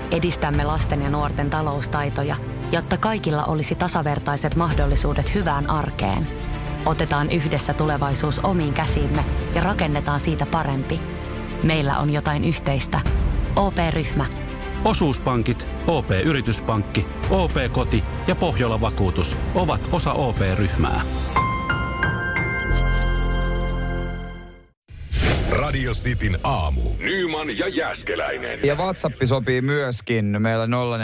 edistämme lasten ja nuorten taloustaitoja, jotta kaikilla olisi tasavertaiset mahdollisuudet hyvään arkeen. Otetaan yhdessä tulevaisuus omiin käsiimme ja rakennetaan siitä parempi. Meillä on jotain yhteistä. OP-ryhmä. Osuuspankit, OP-yrityspankki, OP-koti ja Pohjola-vakuutus ovat osa OP-ryhmää. Radio Cityn aamu. Nyman ja Jääskeläinen. Ja WhatsApp sopii myöskin. Meillä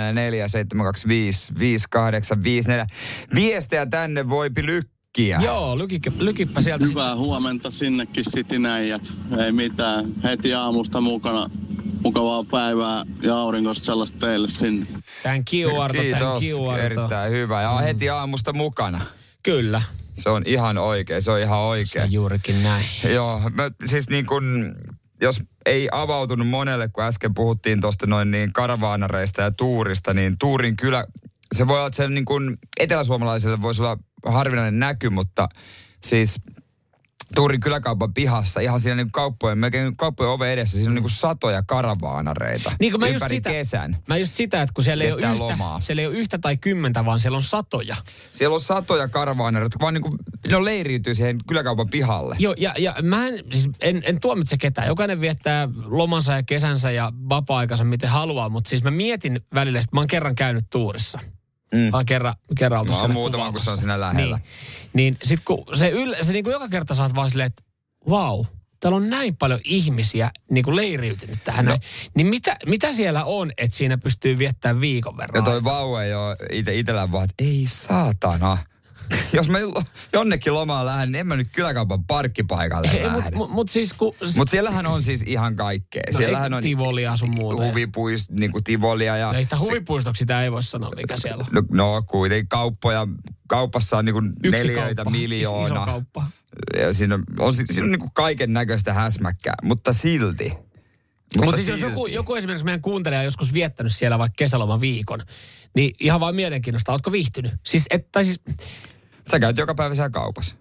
044 Viestejä tänne voipi lykkiä. Joo, lykipä sieltä. Hyvää huomenta sinnekin Citynäijät. Ei mitään. Heti aamusta mukana. Mukavaa päivää ja aurinkoista sellaista teille sinne. Thank you, Arto. Kiitos, erittäin hyvä. Ja heti aamusta mukana. Kyllä. Se on ihan oikein, se on ihan oikein. Se on juurikin näin. Joo, siis niin kuin, jos ei avautunut monelle, kun äsken puhuttiin tuosta noin niin karavaanareista ja tuurista, niin Tuurin kylä, se voi olla, että se niin kuin eteläsuomalaiselle voisi olla harvinainen näky, mutta siis Tuurin kyläkaupan pihassa, ihan siinä niin melkein kauppojen oven edessä, siinä on niin kuin satoja karavaanareita niin ympäri kesän. Mä just sitä, että kun siellä ei ole yhtä tai 10, vaan siellä on satoja. Siellä on satoja karavaanareita, vaan niin kuin ne leiriytyy siihen kyläkaupan pihalle. Joo, ja mä en tuomitse ketään. Jokainen viettää lomansa ja kesänsä ja vapaa-aikansa miten haluaa, mutta siis mä mietin välillä, että mä oon kerran käynyt Tuurissa. Kerran oltu siellä muutama, kun se on siinä lähellä. Niin sit kun se niin kuin joka kerta saat vaan silleen, että vau, täällä on näin paljon ihmisiä niin kuin leiriytynyt tähän näin. Niin mitä siellä on, että siinä pystyy viettämään viikon verran? Ja toi vauva ei ole itsellään vaan, että ei saatana. Jos mä jonnekin lomaan lähden, niin en mä nyt kyläkaupan parkkipaikalle lähde. Mutta siellähän on siis ihan kaikkea. No siellähän on Tivolia sun muuta. Niinku Tivolia. Ja ei sitä huvipuistoksi sitä ei voi sanoa, mikä siellä on. No kuitenkin kaupassa on niinku 4 miljoonaa. Iso kauppa. Ja siinä on niinku kaiken näköistä häsmäkkää, mutta silti. Mutta siis jos joku esimerkiksi meidän kuuntelija on joskus viettänyt siellä vaikka kesäloman viikon, niin ihan vaan mielenkiinnosta, ootko viihtynyt? Sä käyt joka päivä siellä kaupassa.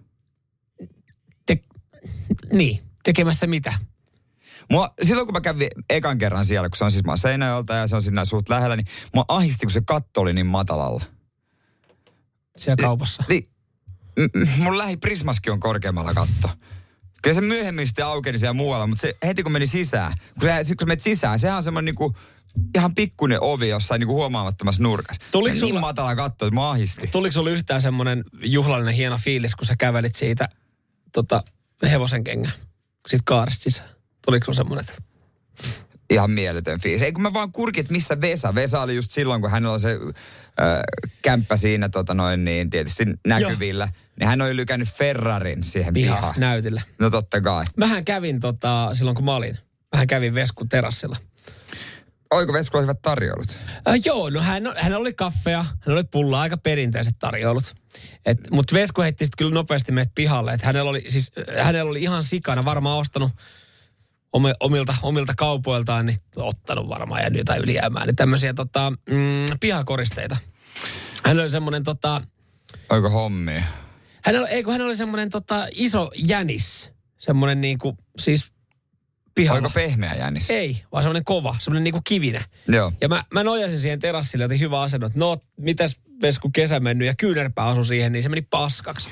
Tekemässä mitä? Silloin kun mä kävin ekan kerran siellä, kun se on siis Seinäjoelta ja se on siinä suht lähellä, niin mua ahisti, kun se katto oli niin matalalla. Siellä kaupassa? Mun Prismaskin on korkeammalla katto. Kyllä se myöhemmin sitten aukeni siellä muualla, mutta se heti kun meni sisään, kun menet sisään, sehän on semmoinen niinku ihan pikkuinen ovi jossain niinku huomaamattomassa nurkassa. Niin matala katto, että mä ahisti. Tuliko sulla yhtään semmoinen juhlallinen hieno fiilis, kun sä kävelit siitä hevosen kengän, siitä kaaresta sisään? Tuliko sulla semmoinen? Ihan mieletön fiilis. Ei kun mä vaan kurkin, että missä Vesa. Vesa oli just silloin, kun hänellä on se kämppä siinä niin tietysti näkyvillä. Joo. Niin hän oli lykännyt Ferrarin siihen pihaan. Näytille. No totta kai. Mähän kävin silloin kun mä olin. Mähän kävin Veskun terassilla. Oiko Veskulla hyvät tarjoulut? Joo, no hänellä oli kaffea, hänellä oli pullaa, aika perinteiset tarjoulut. Mutta Vesku heitti sitten kyllä nopeasti meidät pihalle. Että hänellä oli ihan sikana varmaan ostanut omilta kaupoiltaan, niin ottanut varmaan ja jotain ylijäämää. Niin tämmöisiä pihakoristeita. Hänellä oli semmoinen Oiko hommia? Hänellä oli semmoinen iso jänis. Semmoinen niinku siis pihalla. Oiko pehmeä jänis? Ei, vaan semmoinen kova, semmoinen niinku kivinen. Joo. Ja mä nojasin siihen terassille, otin hyvä asennut, että no, mitäs Vesku kesä mennyt ja kyynärpää asui siihen, niin se meni paskaksi.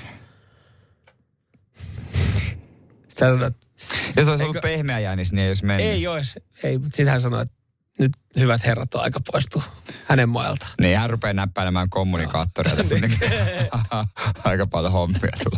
Sitten sanoin, että jos olisi ollut pehmeä jänis, niin ei olisi mennyt. Ei olisi. Ei, mutta sitten hän sanoi, että nyt hyvät herrat on aika poistua hänen moelta. Niin, hän rupeaa näppäilemään kommunikaattoreita sinne. Aika paljon hommia tulla.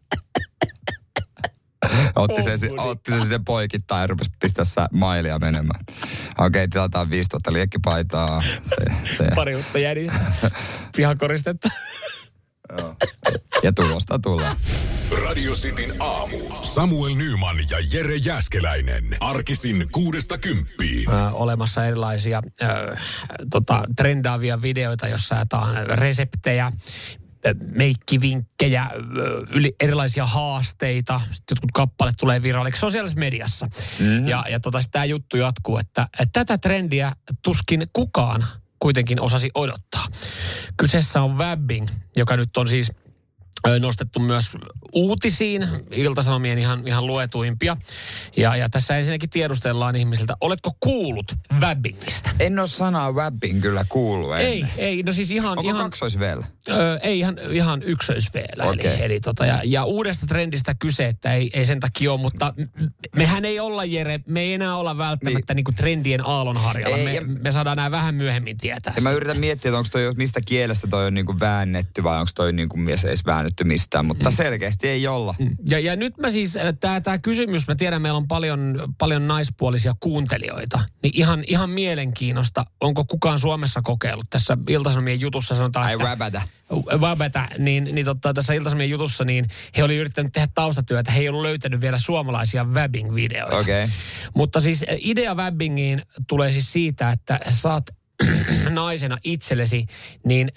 Otti sen poikittain ja rupesi pistää mailia menemään. Okei, tilataan 5000 liekkipaitaa. Pari uutta jänistä. Pihakoristetta. Joo. Ja tulosta tulee. Radio Cityn aamu. Samuel Nyman ja Jere Jääskeläinen. Arkisin 6–10. Olemassa erilaisia trendaavia videoita, jossa jaetaan reseptejä, meikkivinkkejä, erilaisia haasteita. Sitten jotkut kappaleet tulee viralliksi sosiaalisessa mediassa. Mm-hmm. Ja tämä juttu jatkuu, että tätä trendiä tuskin kukaan kuitenkin osasi odottaa. Kyseessä on vabbing, joka nyt on siis nostettu myös uutisiin, Ilta-Sanomien ihan luetuimpia. Ja tässä ensinnäkin tiedustellaan ihmisiltä, oletko kuullut vabbingista? En ole sanaa vabbing kyllä kuullut ennen. Ei, no siis ihan... Onko kaksoisveellä? Ei, ihan yksoisveellä. Okay. Eli ja uudesta trendistä kyse, että ei sen takia ole, mutta mehän ei olla, Jere, me ei enää olla välttämättä niin kuin trendien aallonharjalla. Me saadaan nämä vähän myöhemmin tietää. Ja mä yritän miettiä, että onko toi, mistä kielestä toi on niin kuin väännetty vai onko toi niin kuin mies edes väännetty mistään, mutta selkeästi ei olla. Ja nyt mä siis, tämä kysymys, mä tiedän, meillä on paljon naispuolisia kuuntelijoita, niin ihan mielenkiinnosta, onko kukaan Suomessa kokeillut? Tässä Ilta-Sanomien jutussa sanotaan, Wabata, niin tässä Ilta-Sanomien jutussa, niin he oli yrittänyt tehdä taustatyötä, he ei ollut löytänyt vielä suomalaisia wabbing-videoita. Okay. Mutta siis idea wabbingiin tulee siis siitä, että saat naisena itsellesi niin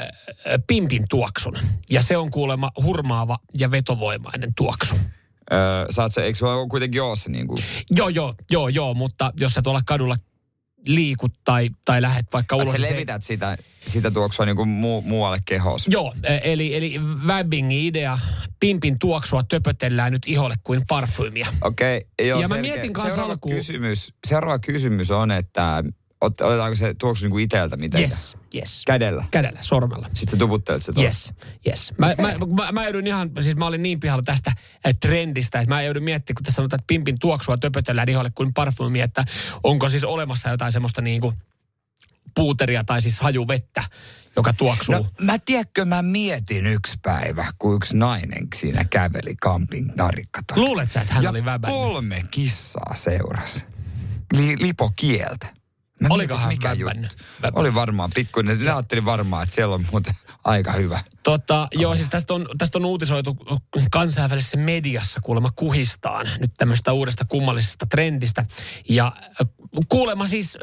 pimpin tuoksun. Ja se on kuulemma hurmaava ja vetovoimainen tuoksu. Saat se, eikö se ole kuitenkin ole se niin kuin? Joo, mutta jos sä tuolla kadulla liikut tai lähet vaikka ulos. Sä levität sitä tuoksua niin kuin muualle kehossa. Joo, eli wabbingin idea, pimpin tuoksua töpötellään nyt iholle kuin parfyymia. Okei, joo. Ja mä mietin kanssa seuraava kysymys on, että otetaanko se tuoksu niin kuin iteltä mitenkään? Yes. Kädellä? Kädellä, sormella. Sitten sä tuputtelet se tuoksu? Yes. Mä joudun mä olin niin pihalla tästä trendistä, että mä joudun miettimään, kun tässä sanotaan, että pimpin tuoksua töpötellään iholle kuin parfyymiä, että onko siis olemassa jotain semmoista niin kuin puuteria tai siis hajuvettä, joka tuoksuu. No mä mietin yksi päivä, kun yksi nainen siinä käveli camping narikkatona. Luulet sä, että hän oli väbännyt? 3 kissaa seurasi. Lipo kieltä. Olikohan väbännyt? Oli varmaan pikkuinen. Minä ajattelin varmaan, että siellä on muuten aika hyvä. Joo, siis tästä on uutisoitu kansainvälisessä mediassa kuulemma kuhistaan nyt tämmöistä uudesta kummallisesta trendistä. Ja kuulemma siis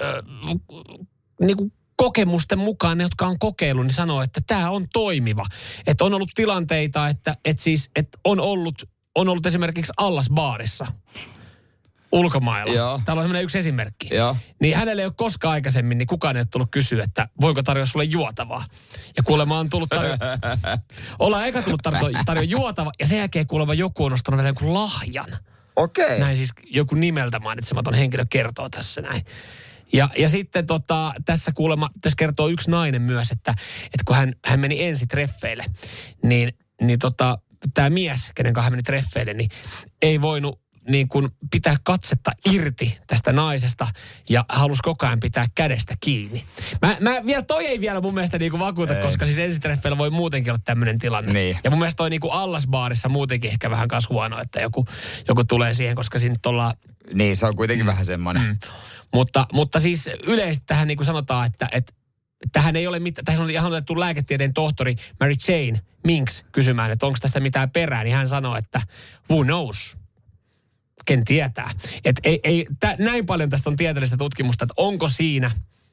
niin kuin kokemusten mukaan ne, jotka on kokeillut, niin sanoo, että tämä on toimiva. Että on ollut tilanteita, että on ollut esimerkiksi allasbaarissa ulkomailla. Joo. Täällä on semmoinen yksi esimerkki. Joo. Niin hänelle ei ole koskaan aikaisemmin, niin kukaan ei ole tullut kysyä, että voiko tarjoa sulle juotavaa. Ja kuulemma on tullut ollaan eka tullut tarjoa juotavaa, ja sen jälkeen kuulemma joku on ostanut vielä jonkun lahjan. Okei. Näin siis joku nimeltä mainitsematon henkilö kertoo tässä näin. Ja sitten tässä kertoo yksi nainen myös, että kun hän meni ensitreffeille, niin tämä mies, kenen kanssa hän meni treffeille, niin ei voinut niin kuin pitää katsetta irti tästä naisesta ja halusi koko ajan pitää kädestä kiinni. Toi ei vielä mun mielestä niinku vakuuta, koska siis ensitreffeillä voi muutenkin olla tämmöinen tilanne. Niin. Ja mun mielestä toi niinku allasbaarissa muutenkin ehkä vähän kanssa huono, että joku tulee siihen, koska siinä nyt ollaan... Niin, se on kuitenkin vähän semmoinen. Mutta siis yleisesti tähän niin kuin sanotaan, että tähän ei ole mitään, tähän on ihan otettu lääketieteen tohtori Mary Jane Minks kysymään, että onko tästä mitään perää, niin hän sanoi, että who knows? Ken tietää. Näin paljon tästä on tieteellistä tutkimusta, että onko siinä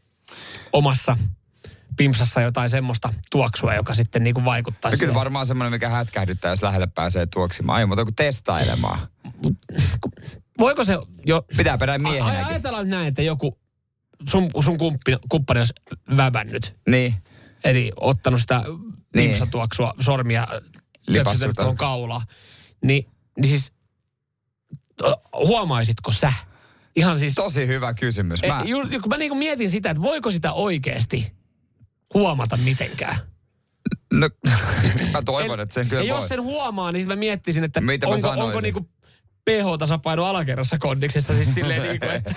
omassa pimpsassa jotain semmoista tuoksua, joka sitten niin kuin vaikuttaa siihen. Kyllä varmaan semmoinen, mikä hätkähdyttää, jos lähelle pääsee tuoksimaan. Ai, mutta kun testailemaan. Voiko se jo... Pitää perää miehenäkin. Ajatellaan näin, että joku sun kumppani olisi väbännyt. Niin. Eli ottanut sitä pimpsatuoksua, sormia, löpsytellyt tuohon kaulaan. Niin siis... Huomaisitko sä? Ihan siis... Tosi hyvä kysymys. Kun mä niinku mietin sitä, että voiko sitä oikeasti huomata mitenkään? No, mä toivon, että sen kyllä voi. Ja jos sen huomaa, niin sitten mä miettisin, että onko niinku pH-tasapaino alakerrassa kondiksessa siis silleen niinku, että...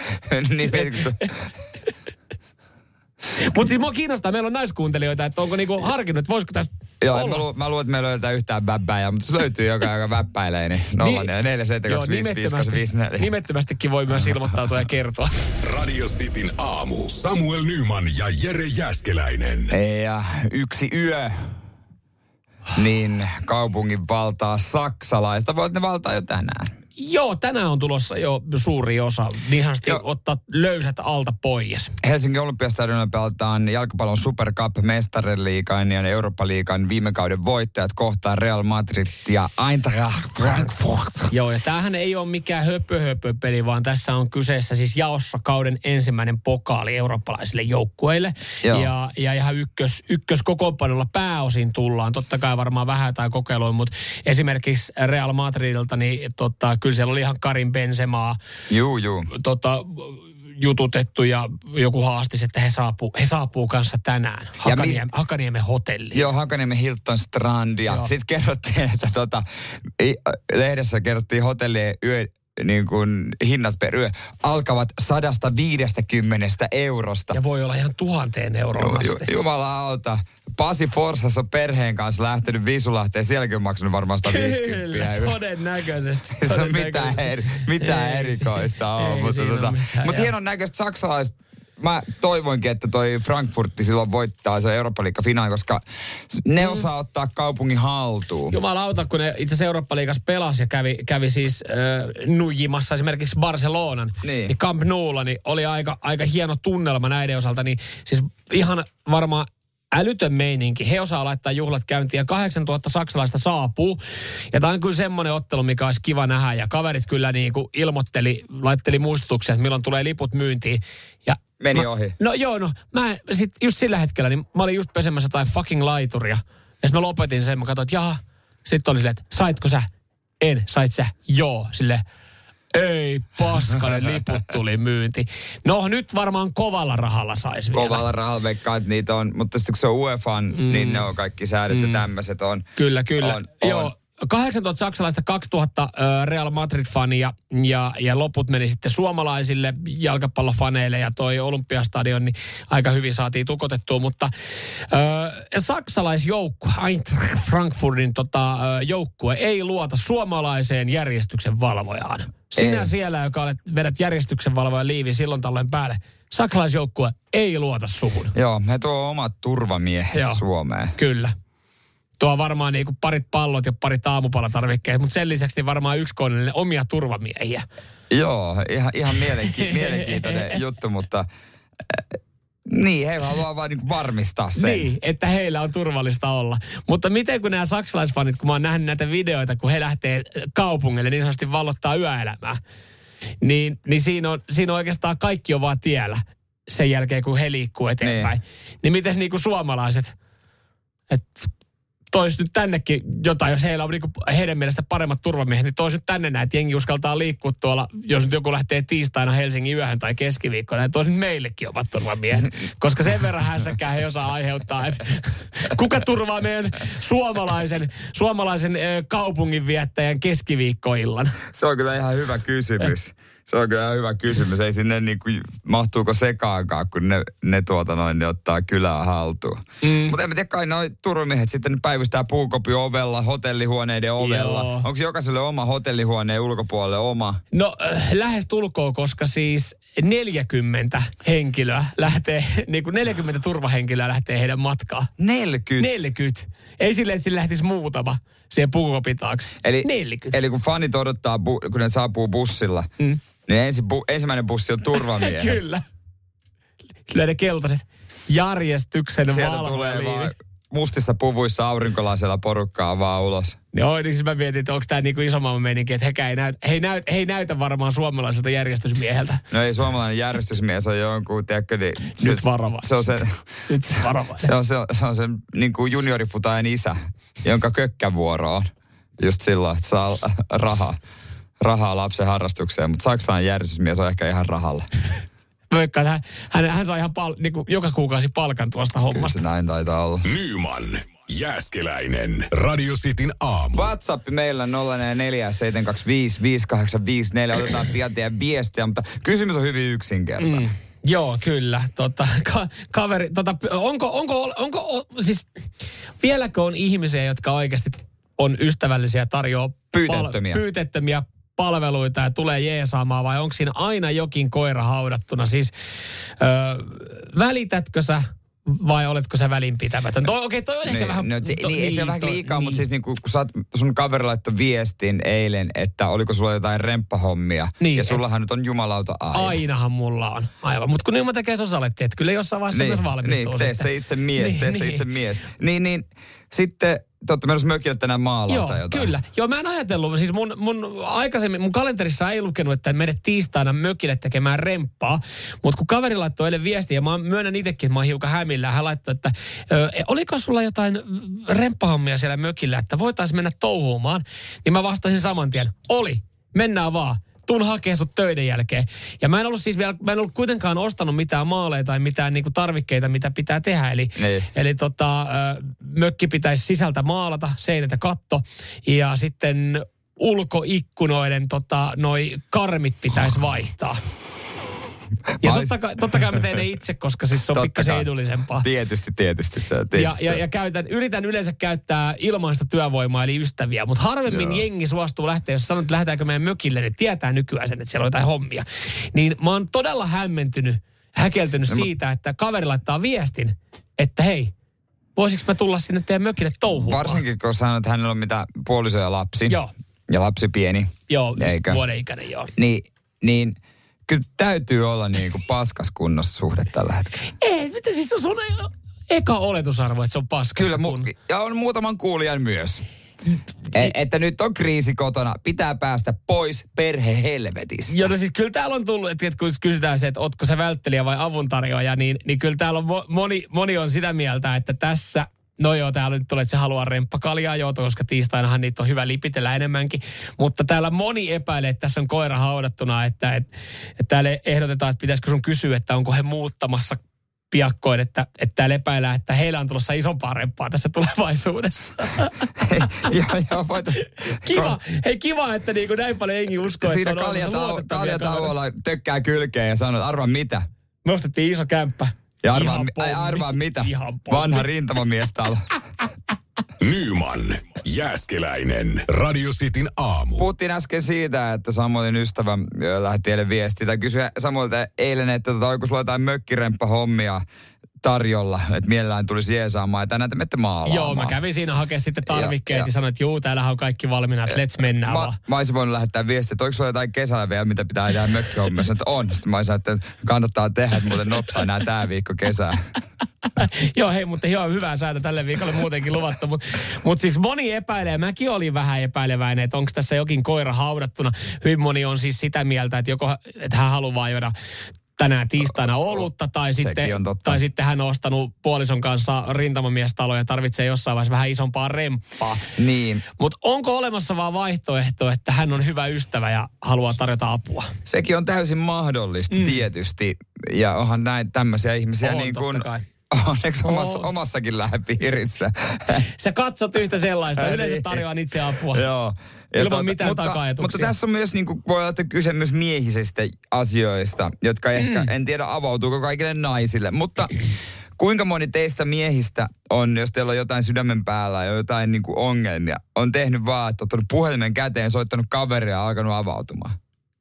Mutta siis mua kiinnostaa, meillä on naiskuuntelijoita, että onko niinku harkinnut, että voisiko tästä olla? Mä luulen, että meillä löytää yhtään väbpäjää, mutta jos löytyy joka väppäilee, niin 047255554. Nimettömästikin voi myös ilmoittautua ja kertoa. Radio Cityn aamu. Samuel Nyman ja Jere Jääskeläinen. Ja yksi yö, niin kaupungin valtaa saksalaista. Voit ne valtaa jo tänään. Joo, tänään on tulossa jo suuri osa. Niinhästi ottaa löysät alta pois. Helsingin Olympiastadionilla pelataan jalkapallon Super Cup, Mestariliigan ja Eurooppa-liigan viime kauden voittajat kohtaan Real Madrid ja Eintracht Frankfurt. Joo, ja tämähän ei ole mikään höpö-peli, vaan tässä on kyseessä siis jaossa kauden ensimmäinen pokaali eurooppalaisille joukkueille. Ja ihan ykköskokoonpanolla pääosin tullaan. Totta kai varmaan vähän jotain kokeiluja, mutta esimerkiksi Real Madridilta, niin kyllä siellä oli ihan Karim Benzemaa jututettu ja joku haastisi, että he saapuu kanssa tänään Hakaniemen hotelliin. Joo, Hakaniemen Hilton Strand ja sitten kerrottiin, että lehdessä kerrottiin hotellien niin kuin hinnat per yö alkavat 150 eurosta. Ja voi olla ihan 1000 euroa asti. Jumalauta. Pasi Forsassa on perheen kanssa lähtenyt Viisulahteen. Sielläkin on maksanut varmaan 150. Kyllä, todennäköisesti. Se on mitään erikoista on. Mutta hienon näköistä saksalaiset. Mä toivoinkin, että toi Frankfurtti silloin voittaa se Eurooppa-liiga-finaali, koska ne osaa ottaa kaupungin haltuun. Jumalauta, kun ne itse asiassa Eurooppa-liigassa pelasi ja kävi siis nujimassa esimerkiksi Barcelonan. Niin Camp Noulla niin oli aika hieno tunnelma näiden osalta. Niin siis ihan varmaan älytön meininki. He osaa laittaa juhlat käyntiin ja 8000 saksalaista saapuu. Ja tämä on kyllä semmoinen ottelu, mikä olisi kiva nähdä. Ja kaverit kyllä niin kuin laitteli muistutuksia, että milloin tulee liput myyntiin. Ja meni ohi. Mä sit just sillä hetkellä, niin mä olin just pesemässä tai fucking laituria. Ja sitten mä lopetin sen, mä katsoin, että jaha. Sitten oli silleen, että saitko sä? En. Sait sä? Joo. Silleen, ei paskanen, liput tuli myynti. No nyt varmaan kovalla rahalla saisi vielä. Kovalla rahalla veikkaan, että niitä on. Mutta sitten kun se on UEFan, niin ne on kaikki säädöt ja tämmöiset on. Kyllä. Joo. 8000 saksalaista, 2000 Real Madrid-fania ja loput meni sitten suomalaisille jalkapallofaneille ja toi Olympiastadion niin aika hyvin saatiin tukotettua, mutta saksalaisjoukkue, Eintracht Frankfurtin joukkue ei luota suomalaiseen järjestyksen valvojaan. Sinä siellä, joka vedät järjestyksen valvojan liivi silloin tällöin päälle, saksalaisjoukkue ei luota suhun. Joo, he tuo omat turvamiehet Suomeen. Kyllä. Tuo on varmaan niin kuin parit pallot ja parit aamupalatarvikkeet, mutta sen lisäksi niin varmaan yksikonallinen omia turvamiehiä. Joo, ihan mielenkiintoinen juttu, mutta niin, he haluaa vaan niin varmistaa sen. Niin, että heillä on turvallista olla. Mutta miten kun nämä saksalaisfanit, kun mä oon nähnyt näitä videoita, kun he lähtee kaupungille, niin sanotusti vallottaa yöelämää, niin siinä on oikeastaan kaikki on vaan tiellä sen jälkeen, kun he liikkuu eteenpäin. Niin mites niin kuin suomalaiset, että tois nyt tännekin jotain, jos heillä on niinku heidän mielestä paremmat turvamiehet, niin tois nyt tänne näin, että jengi uskaltaa liikkua tuolla, jos nyt joku lähtee tiistaina Helsingin yöhön tai keskiviikkona, niin tois nyt meillekin omat turvamiehet. Koska sen verran hässäkään he osaa aiheuttaa, että kuka turvaa meidän suomalaisen kaupunginviettäjän keskiviikkoillan? Se on kyllä ihan hyvä kysymys. Ei sinne mahtuuko sekaankaan, kun ne ottaa kylää haltuun. Mutta en mä tiedä, kai noi turvamiehet sitten ne päivystää puukopin ovella, hotellihuoneiden ovella. Onko jokaiselle oma hotellihuoneen ulkopuolelle oma? No lähes tulkoon, koska siis 40 henkilöä lähtee, 40 turvahenkilöä lähtee heidän matkaan. 40? Ei silleen, että sillä lähtisi muutama siihen puukopin taakse. 40. Eli kun fanit odottaa, kun ne saapuu bussilla, niin ensimmäinen bussi on turvamiehet. Kyllä. Sillä ne keltaiset järjestyksen sieltä tulee vaan mustissa puvuissa aurinkolasella porukkaa vaan ulos. Joo, niin siis mä mietin, että onko tämä niinku isomman meininki, että he ei näytä varmaan suomalaiselta järjestysmieheltä. No ei, suomalainen järjestysmies on jonkun, tiedätkö, niin nyt varovaisesti. Se on se niin kuin juniorifutajan isä, jonka kökkävuoro on just silloin, että saa rahaa lapsen harrastukseen, mutta saksalainen järjestysmies on ehkä ihan rahalla. Mä veikkaan, että hän saa ihan niinku joka kuukausi palkan tuosta hommasta. Kyllä se näin taitaa olla. Nyman, Jääskeläinen, Radio Cityn aamu. WhatsApp meillä 047255854. Otetaan pian teidän viestiä, mutta kysymys on hyvin yksinkertainen. Joo, kyllä. Kaveri, onko vieläkö on ihmisiä, jotka oikeasti on ystävällisiä, tarjoaa pyytettömiä palveluita ja tulee jeesaamaan, vai onko siinä aina jokin koira haudattuna? Siis välitätkö sä vai oletko sä välinpitämätön? Toi on ehkä vähän... Ei se vähän liikaa, mutta siis kun sun kaveri laittoi viestin eilen, että oliko sulla jotain remppahommia. Niin, ja sullahan nyt on jumalauta aina. Ainahan mulla on. Aivan. Mutta kun nyt mä tekee sosaletti, että kyllä jossain vaiheessa myös valmistuu. Niin, tee se itse mies, Niin, sitten te olette menossa mökille tänään maalata jotain. Kyllä. Joo, mä en ajatellut. Siis mun kalenterissa ei lukenut, että menet tiistaina mökille tekemään remppaa. Mutta kun kaveri laittoi eilen viestiä, ja mä myönnän itsekin, että mä oon hiukan hämillään. Hän laittoi, että oliko sulla jotain remppahommia siellä mökillä, että voitaisiin mennä touhuumaan. Niin mä vastasin saman tien. Oli. Mennään vaan. Tuun hakee sut töiden jälkeen. Ja mä en ollut kuitenkaan ostanut mitään maaleja tai mitään niinku tarvikkeita, mitä pitää tehdä. Eli mökki pitäisi sisältä maalata, seinät ja katto. Ja sitten ulkoikkunoiden noi karmit pitäisi vaihtaa. Ja totta kai mä teen ne itse, koska siis se on pikkasen edullisempaa. Tietysti. Yritän yleensä käyttää ilmaista työvoimaa, eli ystäviä. Mutta harvemmin jengi suostuu lähteä, jos sanot, että lähdetäänkö meidän mökille, niin tietää nykyään sen, että siellä on jotain hommia. Niin mä oon todella häkeltynyt siitä, että kaveri laittaa viestin, että hei, voisiko mä tulla sinne teidän mökille touhumaan? Varsinkin, kun sanoit, että hänellä on mitä puoliso ja lapsi. Joo. Ja lapsi pieni. Joo, vuoden ikäinen, joo. Niin kyllä täytyy olla niinku paskas kunnossa suhde tällä hetkellä. Ei, mitä siis on eka oletusarvo, että se on paskas kunnossa. Ja on muutaman kuulijan myös. Että nyt on kriisi kotona, pitää päästä pois perhehelvetistä. Joo, no siis kyllä täällä on tullut, että kun kysytään se, että ootko sä välttelijä vai avuntarjoaja, niin kyllä täällä on moni on sitä mieltä, että tässä... No joo, täällä nyt tulee, että se haluaa remppakaljaa joutua, koska tiistainahan niitä on hyvä lipitellä enemmänkin. Mutta täällä moni epäilee, että tässä on koira haudattuna, että täällä ehdotetaan, että pitäisikö sun kysyä, että onko he muuttamassa piakkoin, että täällä epäillään, että heillä on tulossa isompaa remppaa tässä tulevaisuudessa. Joo, voitaisiin. Kiva, että niin kuin näin paljon jengi uskoo, siinä että on kaljatauolla tökkää kylkeen ja sanoo, arvaa mitä? Me ostettiin iso kämppä. Ja arvaa mitä? Vanha rintamamiestalo. Nyman, Jääskeläinen, Radio Cityn aamu. Puhuttiin äsken siitä, että Samuelin ystävä lähetti eilen viestiä. Tai kysyi Samuelta eilen, että onko sulla jotain mökkiremppahommia tarjolla, että mielellään tulisi jeesaamaan, ja tänään te menette maalaamaan. Joo, mä kävin siinä hakemaan sitten tarvikkeet ja sanoin, että juu, täällähän on kaikki valmiina, että let's mennään vaan. Mä olisin voinut lähettää viestiä, että onko sulla jotain kesällä vielä, mitä pitää tehdä mökkihommia. Sanoin, että on. Sitten mä olisin, että kannattaa tehdä, että muuten nopsaa enää tää viikko kesää. Joo, hei, mutta ihan hyvää säätä tälle viikolle muutenkin luvattu. Mutta siis moni epäilee, mäkin olin vähän epäileväinen, että onko tässä jokin koira haudattuna. Hyvin moni on siis sitä mieltä, että hän haluaa juoda tänään tiistaina olutta, tai sitten hän on ostanut puolison kanssa rintamamiestaloja ja tarvitsee jossain vaiheessa vähän isompaa remppaa. Niin. Mutta onko olemassa vaan vaihtoehto, että hän on hyvä ystävä ja haluaa tarjota apua? Sekin on täysin mahdollista tietysti. Ja onhan näin tämmöisiä ihmisiä niin kuin... Onneksi omassakin lähipiirissä. Sä katsot yhtä sellaista. Yleensä tarjoan itse apua. Joo. Ilman mitään taka-ajatuksia. Mutta tässä on myös, niin kuin, voi olla kyse myös miehisistä asioista, jotka ehkä, en tiedä avautuuko kaikille naisille. Mutta kuinka moni teistä miehistä on, jos teillä on jotain sydämen päällä ja jotain niin kuin ongelmia, on tehnyt vaan, että ottanut puhelimen käteen, soittanut kaveria ja alkanut avautumaan?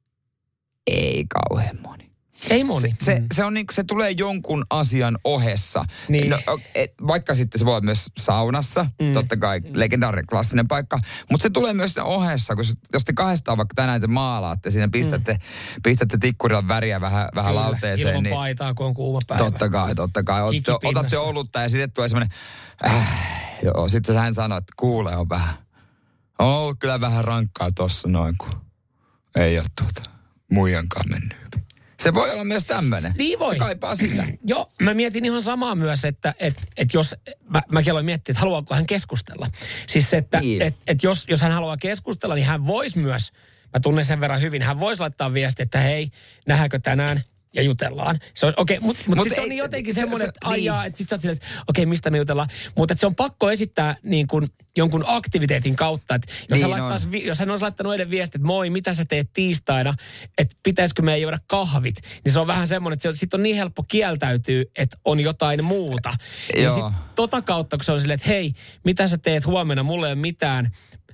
Ei kauhean moni. Ei moni. Se on niin, se tulee jonkun asian ohessa. Niin. No, vaikka sitten se voi myös saunassa, totta kai legendaarinen klassinen paikka, mutta se tulee myös ohessa, kun jos te kahdestaan vaikka tänään te maalaatte, siinä pistätte tikkurilla väriä vähän lauteeseen. Ilman paitaa, kun on kuuma päivä. Totta kai. Otatte olutta ja sitten tulee semmoinen, joo, sitten hän sanoo, että kuulee on vähän. On ollut kyllä vähän rankkaa tossa noin, kun ei ole muijankaan mennyt. Se voi olla myös tämmöinen. Niin voi. Se kaipaa sitä. Joo, mä mietin ihan samaa myös, että jos, mäkin aloin miettiä, että haluaako hän keskustella. Siis että jos hän haluaa keskustella, niin hän voisi myös, mä tunnen sen verran hyvin, hän voisi laittaa viesti, että hei, nähdäänkö tänään ja jutellaan. Se on okei, mutta siis se on niin jotenkin semmoinen, että aijaa, että sit sä oot silleen, että okei, mistä me jutellaan. Mutta se on pakko esittää niin kuin jonkun aktiviteetin kautta, että jos hän olisi laittanut eilen viesti, että moi, mitä sä teet tiistaina, että pitäisikö meidän juoda kahvit, niin se on vähän semmoinen, että sit on niin helppo kieltäytyä, että on jotain muuta. Ja sit kautta, kun se on silleen, että hei, mitä sä teet huomenna, mulla ei ole mitään,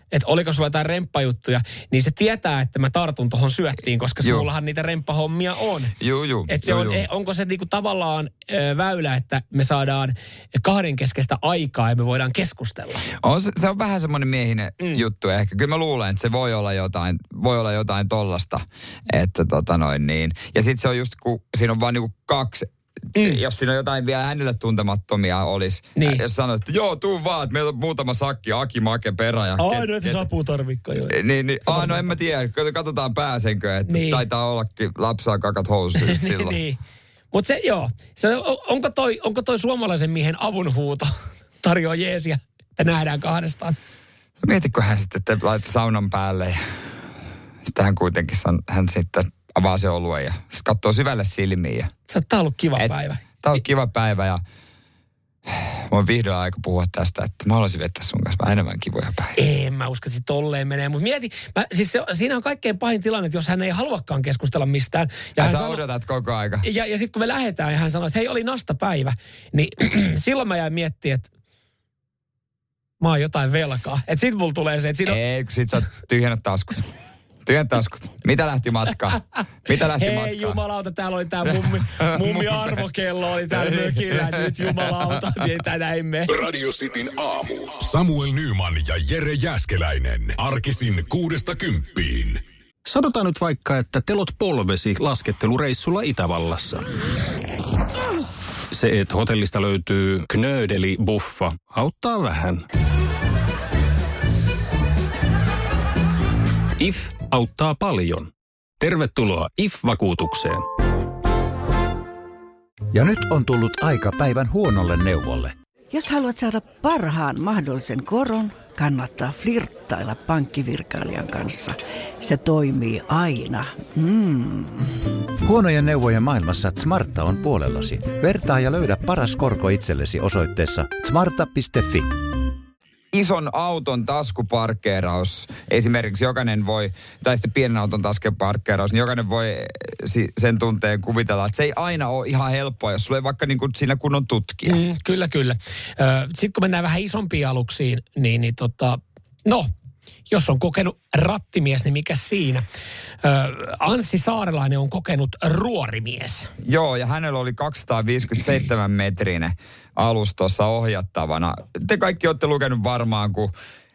että oliko sulla jotain remppajuttuja, niin se tietää, että mä tartun tuohon syöttiin, koska mullahan niitä remppahommia on. Joo. Että se on, onko se niinku tavallaan väylä, että me saadaan kahdenkeskeistä aikaa ja me voidaan keskustella? Se on vähän semmoinen miehinen juttu ehkä. Kyllä mä luulen, että se voi olla jotain tollasta. Että niin. Ja sitten se on just, kun siinä on vaan niinku kaksi. Jos siinä on jotain vielä hänelle tuntemattomia olisi. Niin. Jos sanoo, että joo, tuu vaan, että meillä on muutama sakki, Aki, Make, Perä. Ja noita saputarvikka jo. Niin. No en mä tiedä. Katsotaan pääsenkö, että taitaa ollakin lapsaa kakat housuun silloin. Niin. Mutta onko toi suomalaisen miehen avunhuuto tarjoaa jeesiä, että nähdään kahdestaan? Mietitkö hän sitten, että laittaa saunan päälle ja sitten hän kuitenkin hän sitten avaa se oluen ja katsoo syvälle silmiin. Tää on ollut kiva päivä. Tää on ollut kiva päivä ja mä oon vihdoin aika puhua tästä, että mä haluaisin vetää sun kanssa vähän enemmän kivoja päiviä. En mä usko, että se tolleen menee, mutta mieti, siinä on kaikkein pahin tilanne, että jos hän ei haluakaan keskustella mistään. Ja sä odotat koko aika. Ja sitten kun me lähdetään ja hän sanoo, että hei, oli nastapäivä, niin silloin mä jäin miettimään, että mä oon jotain velkaa. Että sit mulla tulee se, että siinä on... Ei, kun sit sä oot tyhjennät taskut. Mitä lähti matkaan? Hei jumalauta, täällä oli tää mummi arvokello oli täällä mökillä. Nyt jumalauta, näin me. Radio Cityn aamu. Samuel Nyman ja Jere Jääskeläinen. Arkisin 6–10. Sanotaan nyt vaikka, että telot polvesi laskettelureissulla Itävallassa. Se, että hotellista löytyy knöydeli-buffa, auttaa vähän. IF auttaa paljon. Tervetuloa IF-vakuutukseen. Ja nyt on tullut aika päivän huonolle neuvolle. Jos haluat saada parhaan mahdollisen koron, kannattaa flirttailla pankkivirkailijan kanssa. Se toimii aina. Huonojen neuvojen maailmassa Smarta on puolellasi. Vertaa ja löydä paras korko itsellesi osoitteessa smarta.fi. Ison auton taskuparkkeeraus, esimerkiksi jokainen voi, tai sitten pienen auton taskuparkkeeraus, niin jokainen voi sen tunteen kuvitella, että se ei aina ole ihan helppoa, jos sulla ei vaikka niin kuin siinä kunnon tutkija. Kyllä. Sitten kun mennään vähän isompiin aluksiin, jos on kokenut rattimies, niin mikä siinä? Anssi Saarelainen on kokenut ruorimies. Joo, ja hänellä oli 257 metrinen alus tuossa ohjattavana. Te kaikki olette lukenut varmaan, kun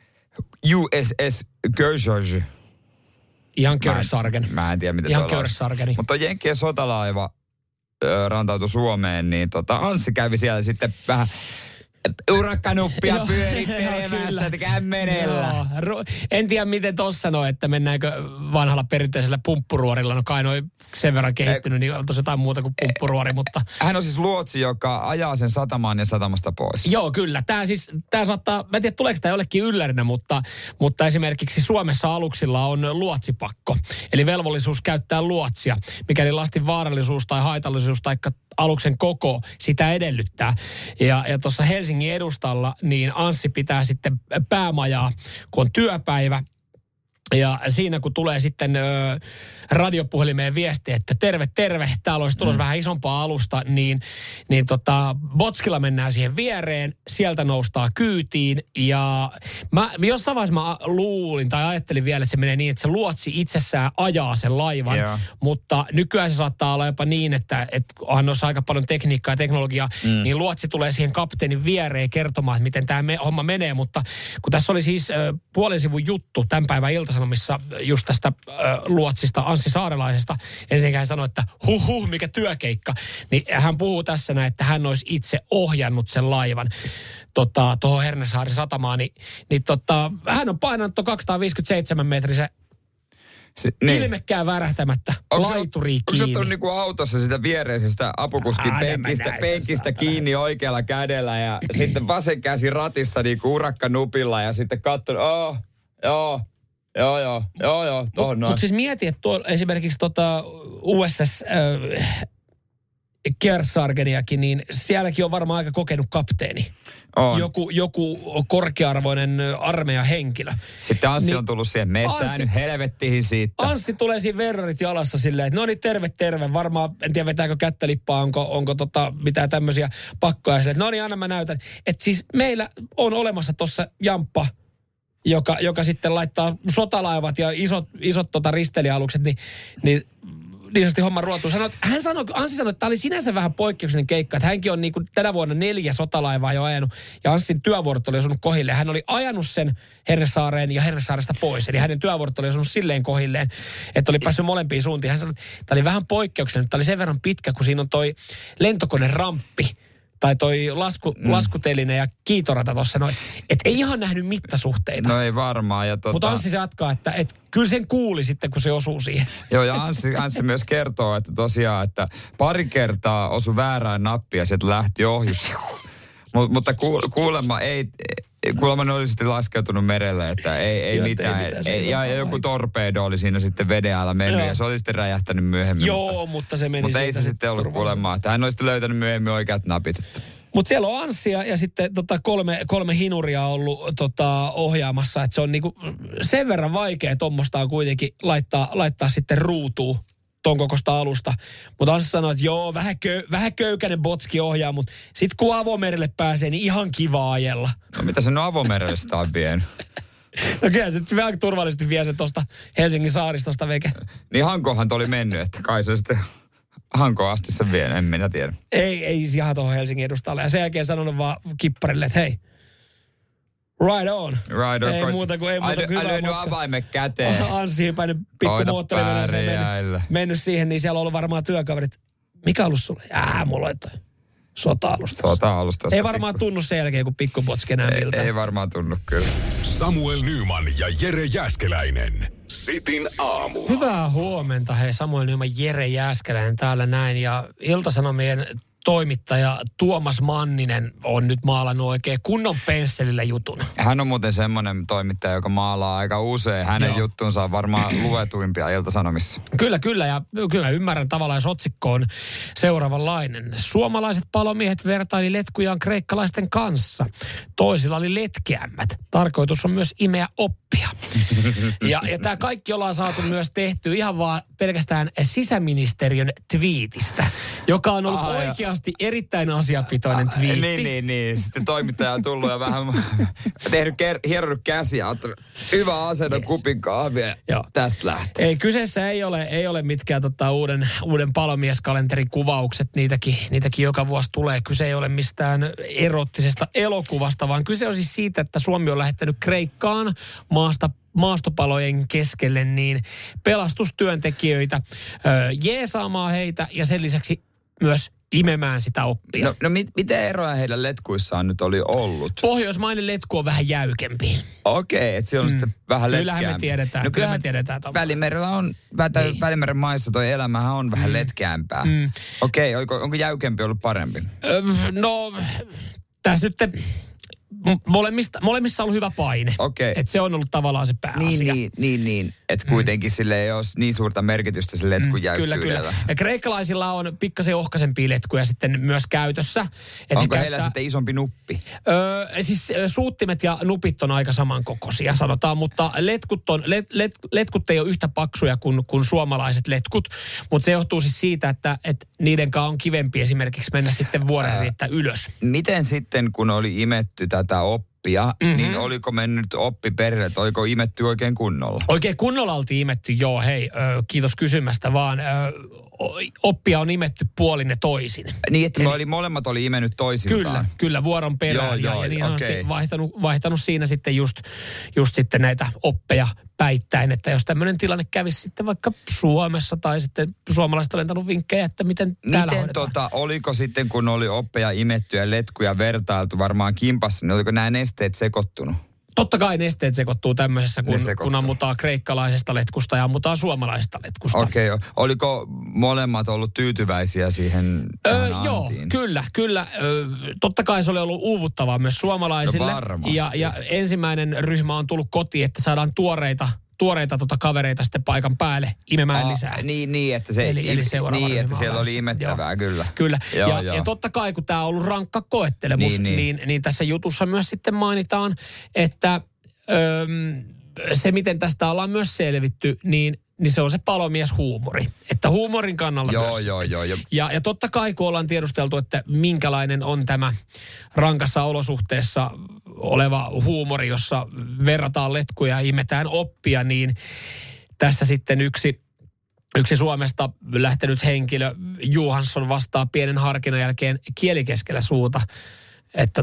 USS Kearsarge. Ihan Kearsargen. Mä en tiedä, miten ihan Kearsargeni. Mutta Jenkkien sotalaiva rantautui Suomeen, niin Anssi kävi siellä sitten vähän... urakkanuppia pyörittelemässä, että kämmenellä. En tiedä, miten tossa sanoo, että mennäänkö vanhalla perinteisellä pumppuruorilla. No kai noi sen verran kehittynyt, niin on tosi jotain muuta kuin pumppuruori, mutta... Hän on siis luotsi, joka ajaa sen satamaan ja satamasta pois. Joo, kyllä. Tää saattaa, mä en tiedä, tuleeko tämä jollekin yllärinä, mutta esimerkiksi Suomessa aluksilla on luotsipakko. Eli velvollisuus käyttää luotsia, mikäli lastin vaarallisuus tai haitallisuus tai aluksen koko sitä edellyttää. Ja tuossa Helsingin edustalla, niin Anssi pitää sitten päämajaa, kun on työpäivä. Ja siinä kun tulee sitten radiopuhelimeen viesti, että terve, täällä olisi tulossa vähän isompaa alusta, niin Botskilla mennään siihen viereen, sieltä noustaan kyytiin. Ja jossain vaiheessa mä luulin tai ajattelin vielä, että se menee niin, että se luotsi itsessään ajaa sen laivan. Yeah. Mutta nykyään se saattaa olla jopa niin, että onhan noissa aika paljon tekniikkaa ja teknologiaa, niin luotsi tulee siihen kapteenin viereen kertomaan, että miten tämä homma menee. Mutta kun tässä oli siis puolen sivun juttu tämän päivän Ilta-Sanomissa just tästä luotsista Anssi Saarelaisesta. Ensinnäkin hän sanoi, että mikä työkeikka. Niin hän puhuu tässä näin, että hän olisi itse ohjannut sen laivan tuohon Hernesaaren satamaan. Hän on painanut 257 metrisen ilmekkään värähtämättä laituriin kiinni. Onko se ottanut niinku autossa sitä viereisestä apukuskin penkistä kiinni oikealla kädellä ja sitten vasen käsi ratissa niinku urakkanupilla ja sitten katsonut, Joo, tohon noin. Mutta siis mieti, että esimerkiksi USS Kearsargeniakin, niin sielläkin on varmaan aika kokenut kapteeni. On. Joku korkea-arvoinen armeijan henkilö. Sitten Anssi on tullut siihen messään nyt helvettiin siitä. Anssi tulee siinä verrarit jalassa silleen, että no niin terve. Varmaan, en tiedä vetääkö kättä lippaa, onko mitään tämmöisiä pakkoja silleen, että no niin anna mä näytän. Että siis meillä on olemassa tuossa jamppa joka sitten laittaa sotalaivat ja isot risteilijäalukset, niin sanotusti homman ruotuun. Anssi sanoi, että tämä oli sinänsä vähän poikkeuksellinen keikka, että hänkin on niin kuin tänä vuonna 4 sotalaivaa jo ajanut, ja Anssin työvuorot oli osunut kohilleen. Hän oli ajanut sen Hernesaareen ja Hernesaaresta pois, eli hänen työvuorot oli osunut silleen kohilleen, että oli päässyt molempiin suuntiin. Hän sanoi, että tämä oli vähän poikkeuksellinen, tämä oli sen verran pitkä, kun siinä on toi lentokoneramppi, tai toi laskuteline ja kiitorata tuossa noin. Että ei ihan nähnyt mittasuhteita. No ei varmaan. Mutta Anssi se jatkaa, että kyllä sen kuuli sitten, kun se osuu siihen. Joo, ja Anssi myös kertoo, että tosiaan, että pari kertaa osui väärään nappia ja sieltä lähti ohjus. Mutta kuulemma ne oli sitten laskeutunut merelle, että ei mitään. Ja joku torpedo oli siinä sitten veden alla mennyt ja se oli sitten räjähtänyt myöhemmin. Joo, mutta se meni mutta ei se sitten ollut kuulemma, että hän olisi sitten löytänyt myöhemmin oikeat napit. Mutta siellä on Anssia ja sitten kolme hinuria ollut ohjaamassa, että se on niinku sen verran vaikea tuommoista on kuitenkin laittaa sitten ruutuun ton kokoista alusta. Mutta Anssi sanoi, että joo, vähän köykäinen botski ohjaa, mutta sitten kun avomerelle pääsee, niin ihan kiva ajella. No mitä se avomerelle sitä on vienyt? No kyllä se vähän turvallisesti vie sen tuosta Helsingin saaristosta veke. Niin Hankohan oli mennyt, että kai se sitten Hankoon asti sen vie, en minä tiedä. Ei ihan tuohon Helsingin edustalle. Ja sen jälkeen sanonut vaan kipparille, että hei, ride on. Ei muuta kuin hyvää lyönyt avaimet käteen. Anssi hypännyt pikku moottoriveneeseen mennyt siihen, niin siellä on ollut varmaan työkaverit. Mikä alus sulla? Mulla on sota-alusta. Ei varmaan tunnu sen jälkeen, kun pikkubotski enää miltä. Ei varmaan tunnu kyllä. Samuel Nyman ja Jere Jääskeläinen. Sitin aamu. Hyvää huomenta, hei Samuel Nyman, Jere Jääskeläinen täällä näin. Ja Ilta-Sanomien toimittaja Tuomas Manninen on nyt maalannut oikein kunnon pensselillä jutun. Hän on muuten semmoinen toimittaja, joka maalaa aika usein. Hänen juttuunsa on varmaan luetuimpia Ilta-Sanomissa. Kyllä. Ja kyllä ymmärrän tavallaan, jos otsikko on seuraavanlainen. Suomalaiset palomiehet vertaili letkujaan kreikkalaisten kanssa. Toisilla oli letkeämmät. Tarkoitus on myös imeä oppia. ja tämä kaikki ollaan saatu myös tehtyä ihan vaan pelkästään sisäministeriön twiitistä, joka on ollut oikeasti erittäin asiapitoinen twiitti. Niin. Sitten toimittaja on tullut ja vähän hieronut käsiä, ottanut hyvä asento, kupin kahvia ja tästä lähtee. Ei, kyseessä ei ole mitkään uuden palomieskalenterin kuvaukset, niitäkin joka vuosi tulee. Kyse ei ole mistään erottisesta elokuvasta, vaan kyse on siis siitä, että Suomi on lähettänyt Kreikkaan maastopalojen keskelle niin pelastustyöntekijöitä jeesaamaan heitä ja sen lisäksi myös imemään sitä oppia. No miten eroja heidän letkuissaan nyt oli ollut? Pohjoismainen letku on vähän jäykempi. Okei, että siellä on sitten vähän letkeämpi. Kyllähän me tiedetään. Välimerellä on, Välimeren maissa toi elämähän on vähän letkeämpää. Okei, onko jäykempi ollut parempi? No, tässä nyt molemmissa on ollut hyvä paine. Okei. Että se on ollut tavallaan se pääasia. Niin. Että kuitenkin sille ei ole niin suurta merkitystä sille letkun jäykkyydellä. Kyllä. Ja kreikkalaisilla on pikkasen ohkaisempia letkuja sitten myös käytössä. Onko heillä sitten isompi nuppi? Siis suuttimet ja nupit on aika samankokoisia, sanotaan, mutta letkut ei ole yhtä paksuja kuin suomalaiset letkut. Mutta se johtuu siis siitä, että niiden kanssa on kivempi esimerkiksi mennä sitten vuoren riittää ylös. Miten sitten, kun oli imetty tätä oppia, niin oliko mennyt oppi perille, että oliko imetty oikein kunnolla? Oikein kunnolla oltiin imetty, joo, hei, kiitos kysymästä, vaan oppia on imetty puolin ja toisin. Niin, että molemmat oli imennyt toisiltaan. Kyllä, vuoron perään. Joo, ja niin on vaihtanut siinä sitten just sitten näitä oppeja päittäin, että jos tämmöinen tilanne kävisi sitten vaikka Suomessa tai sitten suomalaiset on lentänyt vinkkejä, että miten täällä hoidetaan. Oliko sitten, kun oli oppeja imetty ja letkuja vertailtu varmaan kimpassa, niin oliko nämä nesteet sekoittunut? Totta kai nesteet sekoittuu tämmöisessä, kun ammutaan kreikkalaisesta letkusta ja ammutaan suomalaisesta letkusta. Okei. Oliko molemmat ollut tyytyväisiä siihen joo, kyllä. Totta kai se oli ollut uuvuttavaa myös suomalaisille. No varmasti. Ja ensimmäinen ryhmä on tullut kotiin, että saadaan tuoreita kavereita sitten paikan päälle imemään lisää. Niin, että se eli että siellä oli imettävää, kyllä. Kyllä. Ja totta kai, kun tämä on ollut rankka koettelemus, niin tässä jutussa myös sitten mainitaan, että se, miten tästä ollaan myös selvitty, niin niin se on se palomieshuumori. Että huumorin kannalla myös. Joo. Ja totta kai, kun ollaan tiedusteltu, että minkälainen on tämä rankassa olosuhteessa oleva huumori, jossa verrataan letkuja ja imetään oppia, niin tässä sitten yksi Suomesta lähtenyt henkilö, Johansson, vastaa pienen harkinnan jälkeen kielikeskellä suuta, että